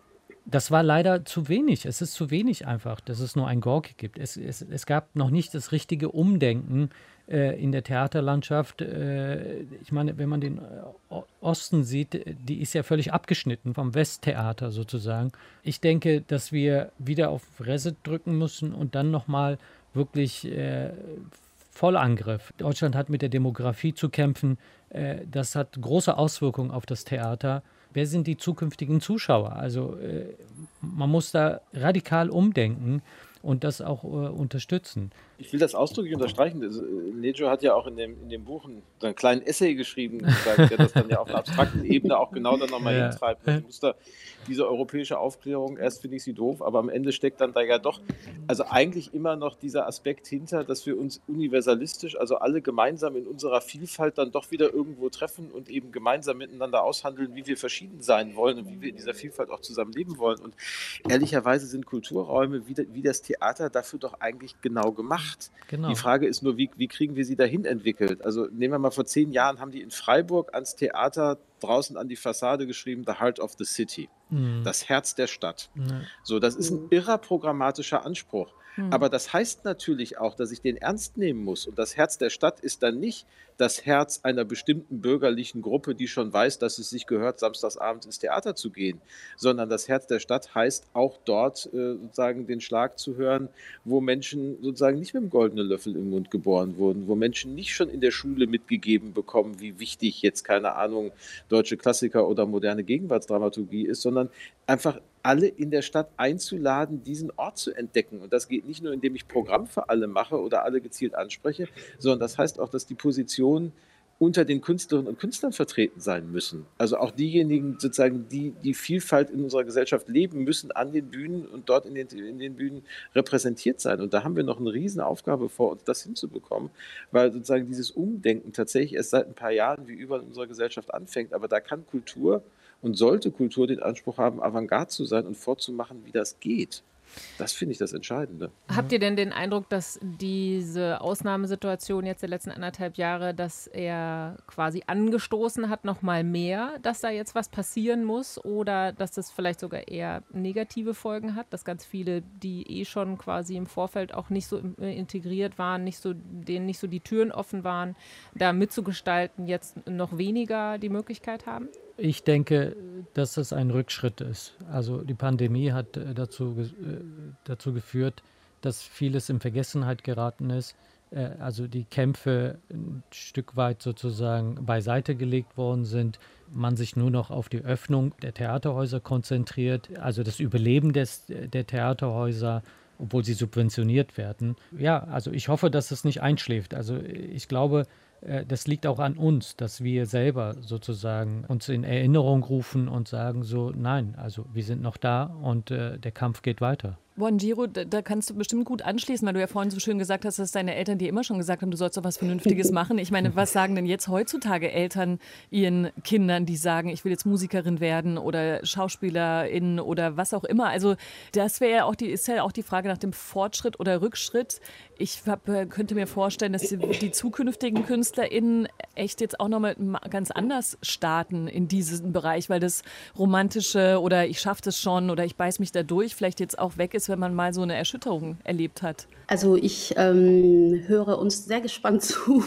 das war leider zu wenig. Es ist zu wenig einfach, dass es nur ein Gorki gibt. Es, es, es gab noch nicht das richtige Umdenken äh, in der Theaterlandschaft. Äh, ich meine, wenn man den Osten sieht, die ist ja völlig abgeschnitten vom Westtheater sozusagen. Ich denke, dass wir wieder auf Reset drücken müssen und dann nochmal wirklich äh, Vollangriff. Deutschland hat mit der Demografie zu kämpfen. Äh, das hat große Auswirkungen auf das Theater. Wer sind die zukünftigen Zuschauer? Also äh, man muss da radikal umdenken und das auch äh, unterstützen. Ich will das ausdrücklich unterstreichen. Also, Nejo hat ja auch in dem, in dem Buch einen, so einen kleinen Essay geschrieben, gesagt, der das dann ja auf einer abstrakten Ebene auch genau dann nochmal Ja. hintreibt. Also, muss da diese europäische Aufklärung, erst finde ich sie doof, aber am Ende steckt dann da ja doch, also eigentlich immer noch dieser Aspekt hinter, dass wir uns universalistisch, also alle gemeinsam in unserer Vielfalt dann doch wieder irgendwo treffen und eben gemeinsam miteinander aushandeln, wie wir verschieden sein wollen und wie wir in dieser Vielfalt auch zusammenleben wollen. Und ehrlicherweise sind Kulturräume wie, wie das Theater dafür doch eigentlich genau gemacht. Genau. Die Frage ist nur, wie, wie kriegen wir sie dahin entwickelt? Also nehmen wir mal, vor zehn Jahren haben die in Freiburg ans Theater draußen an die Fassade geschrieben, The Heart of the City, Mhm. das Herz der Stadt. Ja. So, das ist ein irrer programmatischer Anspruch. Mhm. Aber das heißt natürlich auch, dass ich den ernst nehmen muss. Und das Herz der Stadt ist dann nicht das Herz einer bestimmten bürgerlichen Gruppe, die schon weiß, dass es sich gehört, samstagsabends ins Theater zu gehen, sondern das Herz der Stadt heißt auch dort äh, sozusagen den Schlag zu hören, wo Menschen sozusagen nicht mit dem goldenen Löffel im Mund geboren wurden, wo Menschen nicht schon in der Schule mitgegeben bekommen, wie wichtig jetzt, keine Ahnung, deutsche Klassiker oder moderne Gegenwartsdramaturgie ist, sondern einfach alle in der Stadt einzuladen, diesen Ort zu entdecken. Und das geht nicht nur, indem ich Programm für alle mache oder alle gezielt anspreche, sondern das heißt auch, dass die Positionen unter den Künstlerinnen und Künstlern vertreten sein müssen. Also auch diejenigen sozusagen, die die Vielfalt in unserer Gesellschaft leben, müssen an den Bühnen und dort in den, in den Bühnen repräsentiert sein. Und da haben wir noch eine riesen Aufgabe vor uns, das hinzubekommen, weil sozusagen dieses Umdenken tatsächlich erst seit ein paar Jahren wie überall in unserer Gesellschaft anfängt. Aber da kann Kultur und sollte Kultur den Anspruch haben, Avantgarde zu sein und vorzumachen, wie das geht. Das finde ich das Entscheidende. Habt ihr denn den Eindruck, dass diese Ausnahmesituation jetzt der letzten anderthalb Jahre, dass er quasi angestoßen hat, noch mal mehr, dass da jetzt was passieren muss oder dass das vielleicht sogar eher negative Folgen hat, dass ganz viele, die eh schon quasi im Vorfeld auch nicht so integriert waren, nicht so, denen nicht so die Türen offen waren, da mitzugestalten, jetzt noch weniger die Möglichkeit haben? Ich denke, dass das ein Rückschritt ist. Also die Pandemie hat äh, dazu, ge- äh, dazu geführt, dass vieles in Vergessenheit geraten ist. Äh, also die Kämpfe ein Stück weit sozusagen beiseite gelegt worden sind. Man sich nur noch auf die Öffnung der Theaterhäuser konzentriert, also das Überleben des, der Theaterhäuser, obwohl sie subventioniert werden. Ja, also ich hoffe, dass es nicht einschläft. Also ich glaube, äh, das liegt auch an uns, dass wir selber sozusagen uns in Erinnerung rufen und sagen so, nein, also wir sind noch da und äh, der Kampf geht weiter. Bonjiro, da, da kannst du bestimmt gut anschließen, weil du ja vorhin so schön gesagt hast, dass deine Eltern dir immer schon gesagt haben, du sollst doch was Vernünftiges machen. Ich meine, was sagen denn jetzt heutzutage Eltern ihren Kindern, die sagen, ich will jetzt Musikerin werden oder Schauspielerin oder was auch immer? Also das wäre ja auch die, ist ja auch die Frage nach dem Fortschritt oder Rückschritt. Ich hab, könnte mir vorstellen, dass die, die zukünftigen KünstlerInnen echt jetzt auch nochmal ganz anders starten in diesem Bereich, weil das Romantische oder ich schaffe das schon oder ich beiß mich da durch vielleicht jetzt auch weg ist, wenn man mal so eine Erschütterung erlebt hat. Also ich ähm, höre uns sehr gespannt zu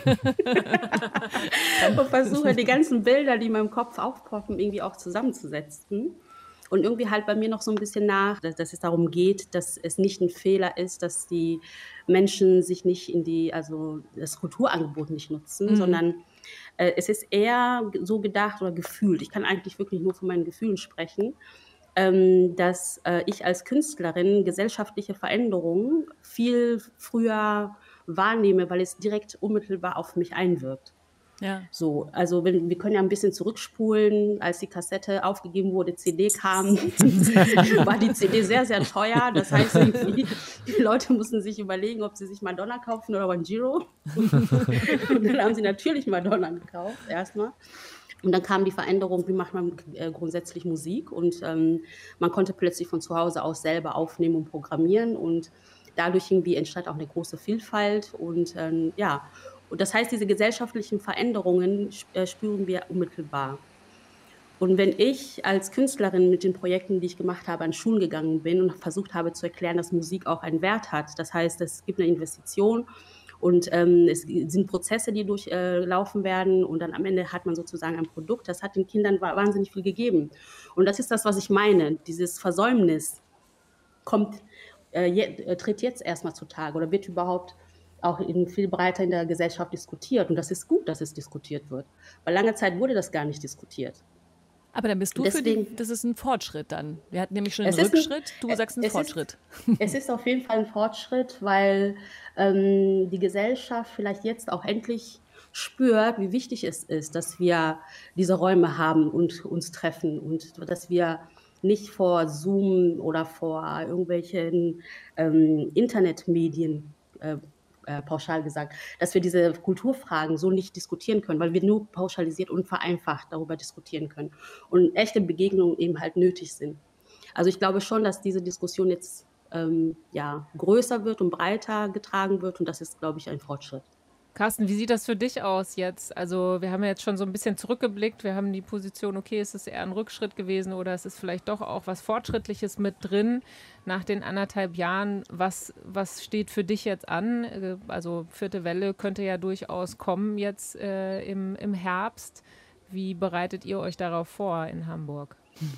und versuche die ganzen Bilder, die in meinem Kopf aufpoppen, irgendwie auch zusammenzusetzen. Und irgendwie halt bei mir noch so ein bisschen nach, dass, dass es darum geht, dass es nicht ein Fehler ist, dass die Menschen sich nicht in die, also das Kulturangebot nicht nutzen, Mhm. sondern äh, es ist eher so gedacht oder gefühlt. Ich kann eigentlich wirklich nur von meinen Gefühlen sprechen, ähm, dass äh, ich als Künstlerin gesellschaftliche Veränderungen viel früher wahrnehme, weil es direkt unmittelbar auf mich einwirkt. Ja. So, also wenn, wir können ja ein bisschen zurückspulen, als die Kassette aufgegeben wurde, C D kam, war die C D sehr, sehr teuer. Das heißt, irgendwie, die Leute mussten sich überlegen, ob sie sich Madonna kaufen oder Bonjiro. Und dann haben sie natürlich Madonna gekauft, erstmal. Und dann kam die Veränderung, wie macht man äh, grundsätzlich Musik? Und ähm, man konnte plötzlich von zu Hause aus selber aufnehmen und programmieren. Und dadurch irgendwie entstand auch eine große Vielfalt. Und ähm, ja, und das heißt, diese gesellschaftlichen Veränderungen äh, spüren wir unmittelbar. Und wenn ich als Künstlerin mit den Projekten, die ich gemacht habe, an Schulen gegangen bin und versucht habe zu erklären, dass Musik auch einen Wert hat, das heißt, es gibt eine Investition und ähm, es sind Prozesse, die durchlaufen äh, werden und dann am Ende hat man sozusagen ein Produkt, das hat den Kindern wahnsinnig viel gegeben. Und das ist das, was ich meine, dieses Versäumnis kommt, äh, je, tritt jetzt erstmal zutage oder wird überhaupt auch in viel breiter in der Gesellschaft diskutiert. Und das ist gut, dass es diskutiert wird. Weil lange Zeit wurde das gar nicht diskutiert. Aber dann bist du Deswegen, für die, das ist ein Fortschritt dann. Wir hatten nämlich schon einen es ist ein, Rückschritt, du sagst einen es Fortschritt. ist, es ist auf jeden Fall ein Fortschritt, weil ähm, die Gesellschaft vielleicht jetzt auch endlich spürt, wie wichtig es ist, dass wir diese Räume haben und uns treffen und dass wir nicht vor Zoom oder vor irgendwelchen ähm, Internetmedien, äh, äh, pauschal gesagt, dass wir diese Kulturfragen so nicht diskutieren können, weil wir nur pauschalisiert und vereinfacht darüber diskutieren können und echte Begegnungen eben halt nötig sind. Also ich glaube schon, dass diese Diskussion jetzt ähm, ja, größer wird und breiter getragen wird und das ist, glaube ich, ein Fortschritt. Carsten, wie sieht das für dich aus jetzt? Also wir haben ja jetzt schon so ein bisschen zurückgeblickt. Wir haben die Position, okay, ist es eher ein Rückschritt gewesen oder ist es vielleicht doch auch was Fortschrittliches mit drin nach den anderthalb Jahren? Was, was steht für dich jetzt an? Also vierte Welle könnte ja durchaus kommen jetzt äh, im, im Herbst. Wie bereitet ihr euch darauf vor in Hamburg?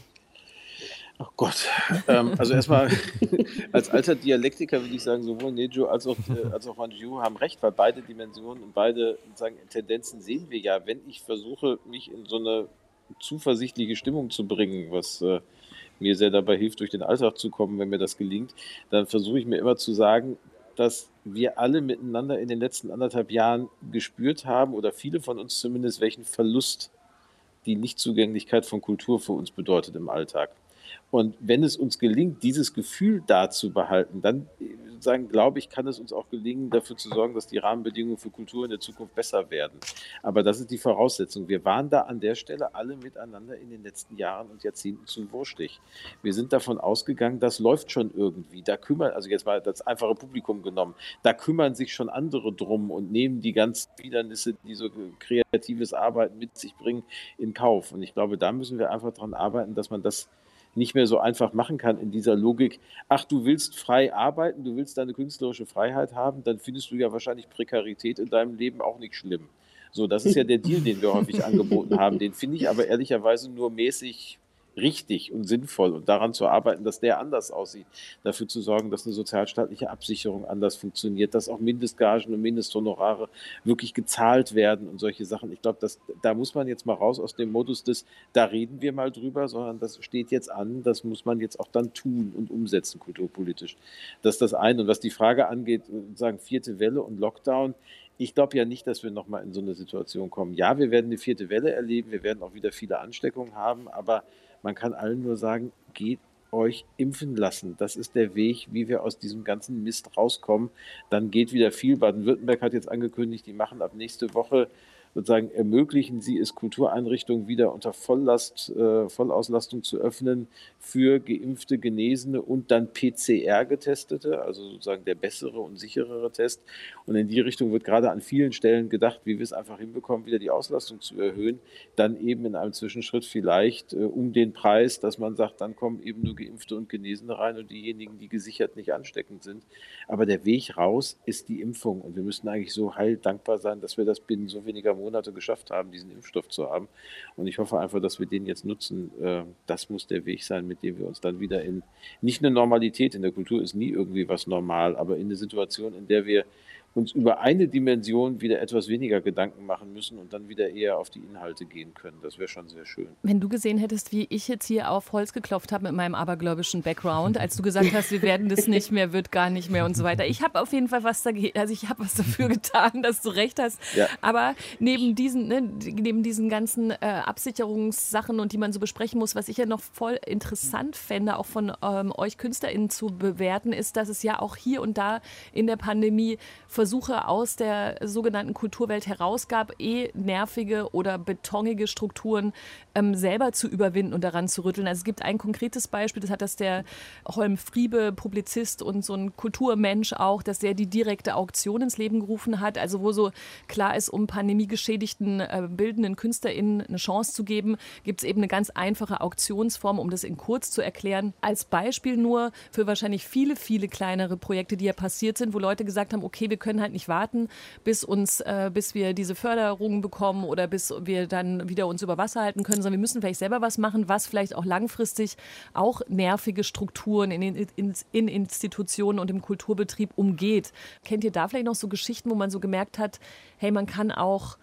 Ach Gott, ähm, also erstmal als alter Dialektiker würde ich sagen, sowohl Nejo als auch, äh, als auch Manju haben recht, weil beide Dimensionen und beide sagen, Tendenzen sehen wir ja. Wenn ich versuche, mich in so eine zuversichtliche Stimmung zu bringen, was äh, mir sehr dabei hilft, durch den Alltag zu kommen, wenn mir das gelingt, dann versuche ich mir immer zu sagen, dass wir alle miteinander in den letzten anderthalb Jahren gespürt haben, oder viele von uns zumindest, welchen Verlust die Nichtzugänglichkeit von Kultur für uns bedeutet im Alltag. Und wenn es uns gelingt, dieses Gefühl da zu behalten, dann sagen, glaube ich, kann es uns auch gelingen, dafür zu sorgen, dass die Rahmenbedingungen für Kultur in der Zukunft besser werden. Aber das ist die Voraussetzung. Wir waren da an der Stelle alle miteinander in den letzten Jahren und Jahrzehnten zu wurstig. Wir sind davon ausgegangen, das läuft schon irgendwie. Da kümmern, also jetzt mal das einfache Publikum genommen, da kümmern sich schon andere drum und nehmen die ganzen Hindernisse, die so kreatives Arbeiten mit sich bringen, in Kauf. Und ich glaube, da müssen wir einfach dran arbeiten, dass man das nicht mehr so einfach machen kann in dieser Logik, ach, du willst frei arbeiten, du willst deine künstlerische Freiheit haben, dann findest du ja wahrscheinlich Prekarität in deinem Leben auch nicht schlimm. So, das ist ja der Deal, den wir häufig angeboten haben. Den finde ich aber ehrlicherweise nur mäßig richtig und sinnvoll und daran zu arbeiten, dass der anders aussieht. Dafür zu sorgen, dass eine sozialstaatliche Absicherung anders funktioniert, dass auch Mindestgagen und Mindesthonorare wirklich gezahlt werden und solche Sachen. Ich glaube, dass, da muss man jetzt mal raus aus dem Modus des, da reden wir mal drüber, sondern das steht jetzt an, das muss man jetzt auch dann tun und umsetzen kulturpolitisch. Das ist das eine. Und was die Frage angeht, sagen vierte Welle und Lockdown, ich glaube ja nicht, dass wir nochmal in so eine Situation kommen. Ja, wir werden eine vierte Welle erleben, wir werden auch wieder viele Ansteckungen haben, aber man kann allen nur sagen, geht euch impfen lassen. Das ist der Weg, wie wir aus diesem ganzen Mist rauskommen. Dann geht wieder viel. Baden-Württemberg hat jetzt angekündigt, die machen ab nächste Woche sozusagen, ermöglichen sie es, Kultureinrichtungen wieder unter Volllast, äh, Vollauslastung zu öffnen für Geimpfte, Genesene und dann P C R-Getestete, also sozusagen der bessere und sicherere Test. Und in die Richtung wird gerade an vielen Stellen gedacht, wie wir es einfach hinbekommen, wieder die Auslastung zu erhöhen. Dann eben in einem Zwischenschritt vielleicht äh, um den Preis, dass man sagt, dann kommen eben nur Geimpfte und Genesene rein und diejenigen, die gesichert nicht ansteckend sind. Aber der Weg raus ist die Impfung. Und wir müssen eigentlich so heil dankbar sein, dass wir das binnen so weniger Monate geschafft haben, diesen Impfstoff zu haben. Und ich hoffe einfach, dass wir den jetzt nutzen. Das muss der Weg sein, mit dem wir uns dann wieder in, nicht eine Normalität, in der Kultur ist nie irgendwie was normal, aber in eine Situation, in der wir uns über eine Dimension wieder etwas weniger Gedanken machen müssen und dann wieder eher auf die Inhalte gehen können. Das wäre schon sehr schön. Wenn du gesehen hättest, wie ich jetzt hier auf Holz geklopft habe mit meinem abergläubischen Background, als du gesagt hast, wir werden das nicht mehr, wird gar nicht mehr und so weiter. Ich habe auf jeden Fall was dagegen, also ich habe was dafür getan, dass du recht hast. Ja. Aber neben diesen, ne, neben diesen ganzen äh, Absicherungssachen und die man so besprechen muss, was ich ja noch voll interessant fände, auch von ähm, euch KünstlerInnen zu bewerten, ist, dass es ja auch hier und da in der Pandemie Versuche aus der sogenannten Kulturwelt herausgab, eh nervige oder betonige Strukturen ähm, selber zu überwinden und daran zu rütteln. Also es gibt ein konkretes Beispiel, das hat das der Holm Friebe, Publizist und so ein Kulturmensch auch, dass der die direkte Auktion ins Leben gerufen hat, also wo so klar ist, um pandemiegeschädigten äh, bildenden KünstlerInnen eine Chance zu geben, gibt es eben eine ganz einfache Auktionsform, um das in kurz zu erklären. Als Beispiel nur für wahrscheinlich viele, viele kleinere Projekte, die ja passiert sind, wo Leute gesagt haben, okay, wir können halt nicht warten, bis uns, äh, bis wir diese Förderungen bekommen oder bis wir dann wieder uns über Wasser halten können, sondern wir müssen vielleicht selber was machen, was vielleicht auch langfristig auch nervige Strukturen in, in, in Institutionen und im Kulturbetrieb umgeht. Kennt ihr da vielleicht noch so Geschichten, wo man so gemerkt hat, hey, man kann auch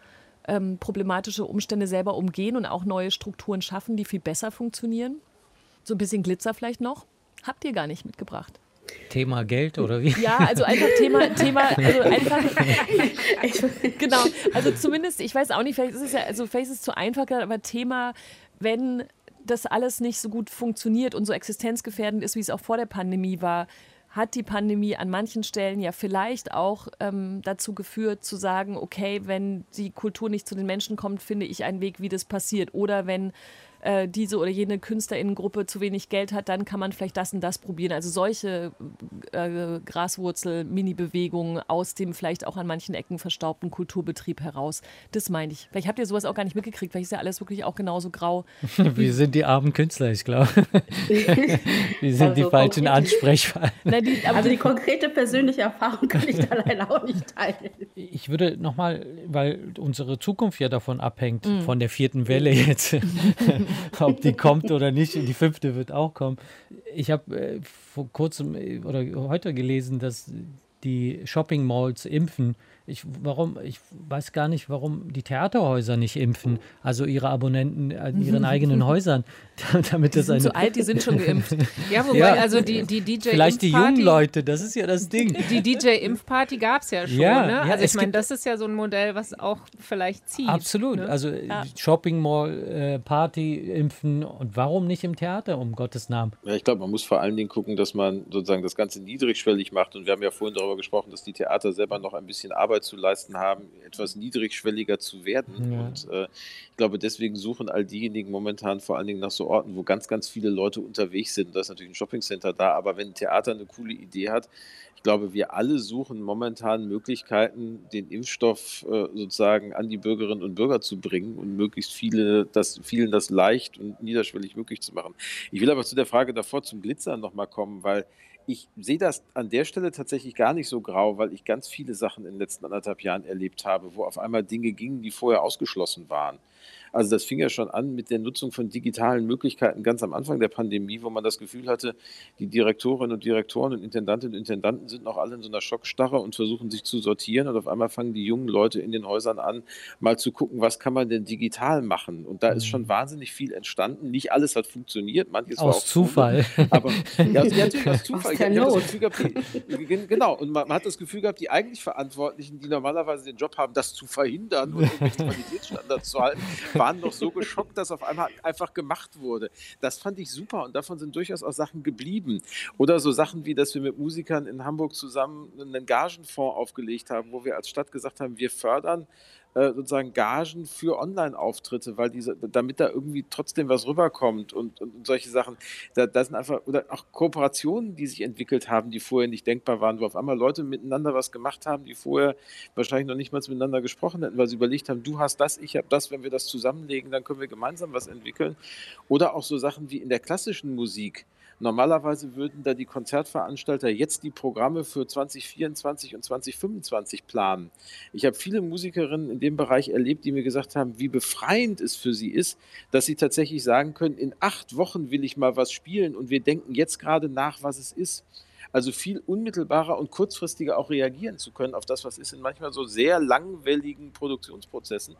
ähm, problematische Umstände selber umgehen und auch neue Strukturen schaffen, die viel besser funktionieren. So ein bisschen Glitzer vielleicht noch. Habt ihr gar nicht mitgebracht. Thema Geld oder wie? Ja, also einfach Thema, Thema, also einfach, genau, also zumindest, ich weiß auch nicht, vielleicht ist es ja, also vielleicht ist es zu einfach, aber Thema, wenn das alles nicht so gut funktioniert und so existenzgefährdend ist, wie es auch vor der Pandemie war, hat die Pandemie an manchen Stellen ja vielleicht auch ähm, dazu geführt, zu sagen, okay, wenn die Kultur nicht zu den Menschen kommt, finde ich einen Weg, wie das passiert. Oder wenn äh, diese oder jene KünstlerInnengruppe zu wenig Geld hat, dann kann man vielleicht das und das probieren. Also solche äh, Graswurzel-Mini-Bewegungen aus dem vielleicht auch an manchen Ecken verstaubten Kulturbetrieb heraus. Das meine ich. Vielleicht habt ihr sowas auch gar nicht mitgekriegt, vielleicht ist ja alles wirklich auch genauso grau. Wir sind die armen Künstler, ich glaube. Wir sind also die falschen Ansprechpartner. Na, die, also die konkrete persönliche Erfahrung kann ich da leider auch nicht teilen. Ich würde nochmal, weil unsere Zukunft ja davon abhängt, mm. von der vierten Welle jetzt, ob die kommt oder nicht, und die fünfte wird auch kommen. Ich habe äh, vor kurzem oder heute gelesen, dass die Shopping-Malls impfen. Ich, warum, ich weiß gar nicht, warum die Theaterhäuser nicht impfen, also ihre Abonnenten in ihren eigenen Häusern. Damit die das sind eine so alt, die sind schon geimpft. Ja, wobei, ja, also die, die D J vielleicht die jungen Leute, das ist ja das Ding. Die D J-Impfparty gab es ja schon, ja, ne? Ja, also ich meine, das ist ja so ein Modell, was auch vielleicht zieht. Absolut, ne? also ja. Shopping Mall, äh, Party impfen, und warum nicht im Theater, um Gottes Namen? Ja, ich glaube, man muss vor allen Dingen gucken, dass man sozusagen das Ganze niedrigschwellig macht, und wir haben ja vorhin darüber gesprochen, dass die Theater selber noch ein bisschen Arbeit zu leisten haben, etwas niedrigschwelliger zu werden. Ja. Und äh, ich glaube, deswegen suchen all diejenigen momentan vor allen Dingen nach so Orten, wo ganz, ganz viele Leute unterwegs sind. Da ist natürlich ein Shoppingcenter da, aber wenn ein Theater eine coole Idee hat, ich glaube, wir alle suchen momentan Möglichkeiten, den Impfstoff äh, sozusagen an die Bürgerinnen und Bürger zu bringen und möglichst viele, das, vielen das leicht und niederschwellig möglich zu machen. Ich will aber zu der Frage davor zum Glitzern nochmal kommen, weil ich sehe das an der Stelle tatsächlich gar nicht so grau, weil ich ganz viele Sachen in den letzten anderthalb Jahren erlebt habe, wo auf einmal Dinge gingen, die vorher ausgeschlossen waren. Also das fing ja schon an mit der Nutzung von digitalen Möglichkeiten ganz am Anfang der Pandemie, wo man das Gefühl hatte, die Direktorinnen und Direktoren und Intendantinnen und Intendanten sind noch alle in so einer Schockstarre und versuchen sich zu sortieren, und auf einmal fangen die jungen Leute in den Häusern an, mal zu gucken, was kann man denn digital machen, und da ist schon wahnsinnig viel entstanden. Nicht alles hat funktioniert, manches aus war auch Zufall. Cool, aber ja, natürlich aus Zufall. Ich, ich das Gefühl gehabt, die, genau, und man, man hat das Gefühl gehabt, die eigentlich Verantwortlichen, die normalerweise den Job haben, das zu verhindern und irgendwelche Qualitätsstandards zu halten, waren noch so geschockt, dass auf einmal einfach gemacht wurde. Das fand ich super, und davon sind durchaus auch Sachen geblieben. Oder so Sachen wie, dass wir mit Musikern in Hamburg zusammen einen Gagenfonds aufgelegt haben, wo wir als Stadt gesagt haben, wir fördern äh, sozusagen Gagen für Online-Auftritte, weil diese, damit da irgendwie trotzdem was rüberkommt und, und, und solche Sachen. Da, da sind einfach, oder auch Kooperationen, die sich entwickelt haben, die vorher nicht denkbar waren, wo auf einmal Leute miteinander was gemacht haben, die vorher wahrscheinlich noch nicht mal miteinander gesprochen hätten, weil sie überlegt haben, du hast das, ich habe das, wenn wir das zusammenlegen, dann können wir gemeinsam was entwickeln. Oder auch so Sachen wie in der klassischen Musik. Normalerweise würden da die Konzertveranstalter jetzt die Programme für zwanzig vierundzwanzig und zwanzig fünfundzwanzig planen. Ich habe viele Musikerinnen in dem Bereich erlebt, die mir gesagt haben, wie befreiend es für sie ist, dass sie tatsächlich sagen können, in acht Wochen will ich mal was spielen, und wir denken jetzt gerade nach, was es ist. Also viel unmittelbarer und kurzfristiger auch reagieren zu können auf das, was ist in manchmal so sehr langwelligen Produktionsprozessen.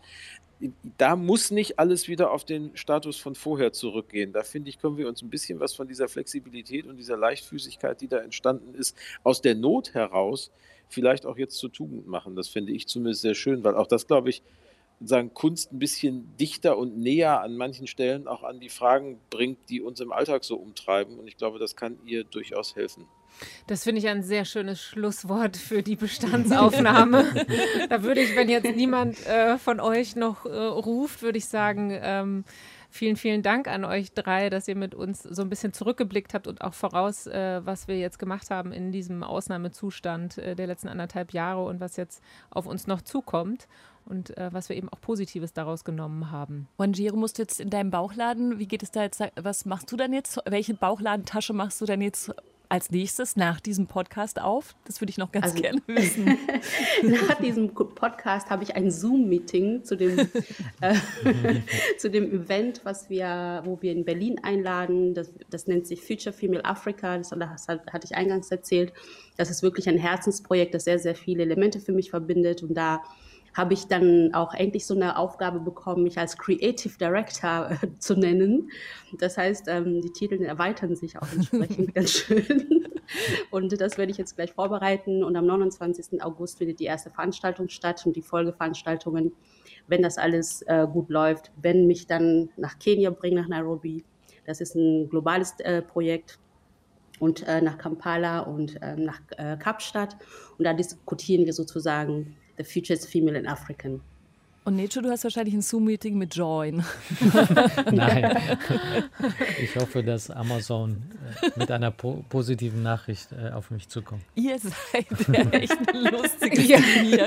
Da muss nicht alles wieder auf den Status von vorher zurückgehen. Da finde ich, können wir uns ein bisschen was von dieser Flexibilität und dieser Leichtfüßigkeit, die da entstanden ist, aus der Not heraus vielleicht auch jetzt zur Tugend machen. Das finde ich zumindest sehr schön, weil auch das, glaube ich, sagen, Kunst ein bisschen dichter und näher an manchen Stellen auch an die Fragen bringt, die uns im Alltag so umtreiben. Und ich glaube, das kann ihr durchaus helfen. Das finde ich ein sehr schönes Schlusswort für die Bestandsaufnahme. Da würde ich, wenn jetzt niemand äh, von euch noch äh, ruft, würde ich sagen, ähm, vielen, vielen Dank an euch drei, dass ihr mit uns so ein bisschen zurückgeblickt habt und auch voraus, äh, was wir jetzt gemacht haben in diesem Ausnahmezustand äh, der letzten anderthalb Jahre und was jetzt auf uns noch zukommt. Und äh, was wir eben auch Positives daraus genommen haben. Wanjiru, musst du jetzt in deinem Bauchladen, wie geht es da jetzt, was machst du dann jetzt? Welche Bauchladentasche machst du dann jetzt als nächstes nach diesem Podcast auf? Das würde ich noch ganz also, gerne wissen. Nach diesem Podcast habe ich ein Zoom-Meeting zu dem, äh, zu dem Event, was wir, wo wir in Berlin einladen. Das, das nennt sich Future Female Africa. Das, das hatte ich eingangs erzählt. Das ist wirklich ein Herzensprojekt, das sehr, sehr viele Elemente für mich verbindet. Und da habe ich dann auch endlich so eine Aufgabe bekommen, mich als Creative Director äh, zu nennen. Das heißt, ähm, die Titel erweitern sich auch entsprechend ganz schön. Und das werde ich jetzt gleich vorbereiten. Und am neunundzwanzigsten August findet die erste Veranstaltung statt und die Folgeveranstaltungen, wenn das alles äh, gut läuft, werden mich dann nach Kenia bringen, nach Nairobi. Das ist ein globales äh, Projekt. Und äh, nach Kampala und äh, nach äh, Kapstadt. Und da diskutieren wir sozusagen The Future is Female and African. Und Necho, du hast wahrscheinlich ein Zoom-Meeting mit Join. Nein. Ich hoffe, dass Amazon äh, mit einer po- positiven Nachricht äh, auf mich zukommt. Ihr seid ja echt ein lustiges Team hier.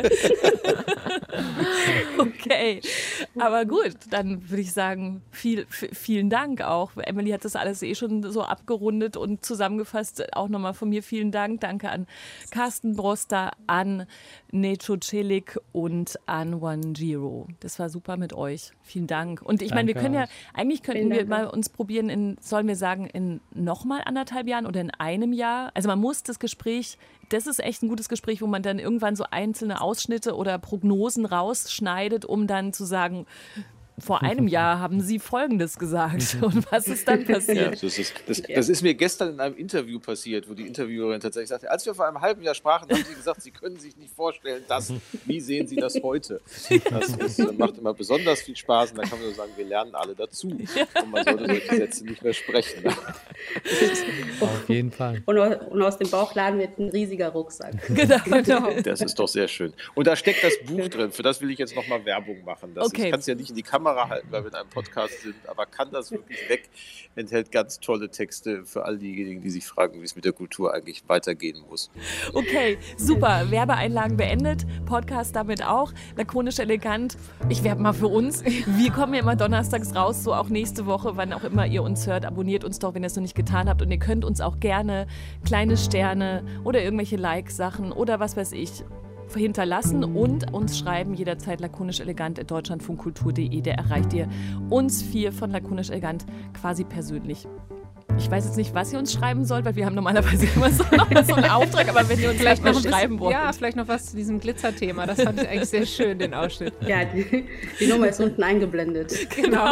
Okay, aber gut, dann würde ich sagen, viel, f- vielen Dank auch. Emily hat das alles eh schon so abgerundet und zusammengefasst. Auch nochmal von mir vielen Dank. Danke an Carsten Broster, an Necho Celik und an Wanjiro. Das war super mit euch. Vielen Dank. Und ich meine, wir können ja, eigentlich könnten wir mal uns probieren, in, sollen wir sagen, in nochmal anderthalb Jahren oder in einem Jahr? Also man muss das Gespräch, das ist echt ein gutes Gespräch, wo man dann irgendwann so einzelne Ausschnitte oder Prognosen rausschneidet, um dann zu sagen, vor einem Jahr haben Sie Folgendes gesagt. Und was ist dann passiert? Ja, das, ist, das, das ist mir gestern in einem Interview passiert, wo die Interviewerin tatsächlich sagte, als wir vor einem halben Jahr sprachen, haben Sie gesagt, Sie können sich nicht vorstellen, das. Wie sehen Sie das heute? Das ist, macht immer besonders viel Spaß und da kann man nur sagen, wir lernen alle dazu. Und man sollte solche Sätze nicht mehr sprechen. Auf jeden Fall. Und, und aus dem Bauchladen wird ein riesiger Rucksack. Genau, genau. Das ist doch sehr schön. Und da steckt das Buch drin, für das will ich jetzt nochmal Werbung machen. Das Okay. Ich kann es ja nicht in die Kamera halten, weil wir in einem Podcast sind, aber kann das wirklich weg, enthält ganz tolle Texte für all diejenigen, die sich fragen, wie es mit der Kultur eigentlich weitergehen muss. Okay, super. Werbeeinlagen beendet. Podcast damit auch. Lakonisch elegant. Ich werbe mal für uns. Wir kommen ja immer donnerstags raus, so auch nächste Woche, wann auch immer ihr uns hört. Abonniert uns doch, wenn ihr es noch nicht getan habt. Und ihr könnt uns auch gerne kleine Sterne oder irgendwelche Like-Sachen oder was weiß ich hinterlassen und uns schreiben jederzeit lakonisch elegant at deutschlandfunkkultur punkt de. Der erreicht ihr uns vier von Lakonisch Elegant quasi persönlich. Ich weiß jetzt nicht, was ihr uns schreiben sollt, weil wir haben normalerweise immer so, so einen Auftrag, aber wenn ihr uns vielleicht noch ein schreiben bisschen, wollt. Ja, vielleicht noch was zu diesem Glitzer-Thema. Das fand ich eigentlich sehr schön, den Ausschnitt. Ja, die, die Nummer ist unten eingeblendet. Genau.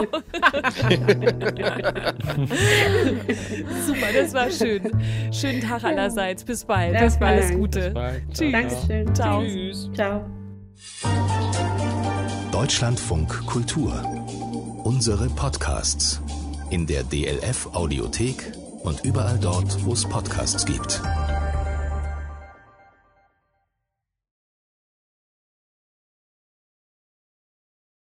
Super, das war schön. Schönen Tag allerseits. Bis bald. Ja, Bis bald. Alles Dank. Gute. Bis bald. Tschüss. Dankeschön. Ciao. Tschüss. Ciao. Deutschlandfunk Kultur. Unsere Podcasts in der D L F Audiothek und überall dort, wo es Podcasts gibt.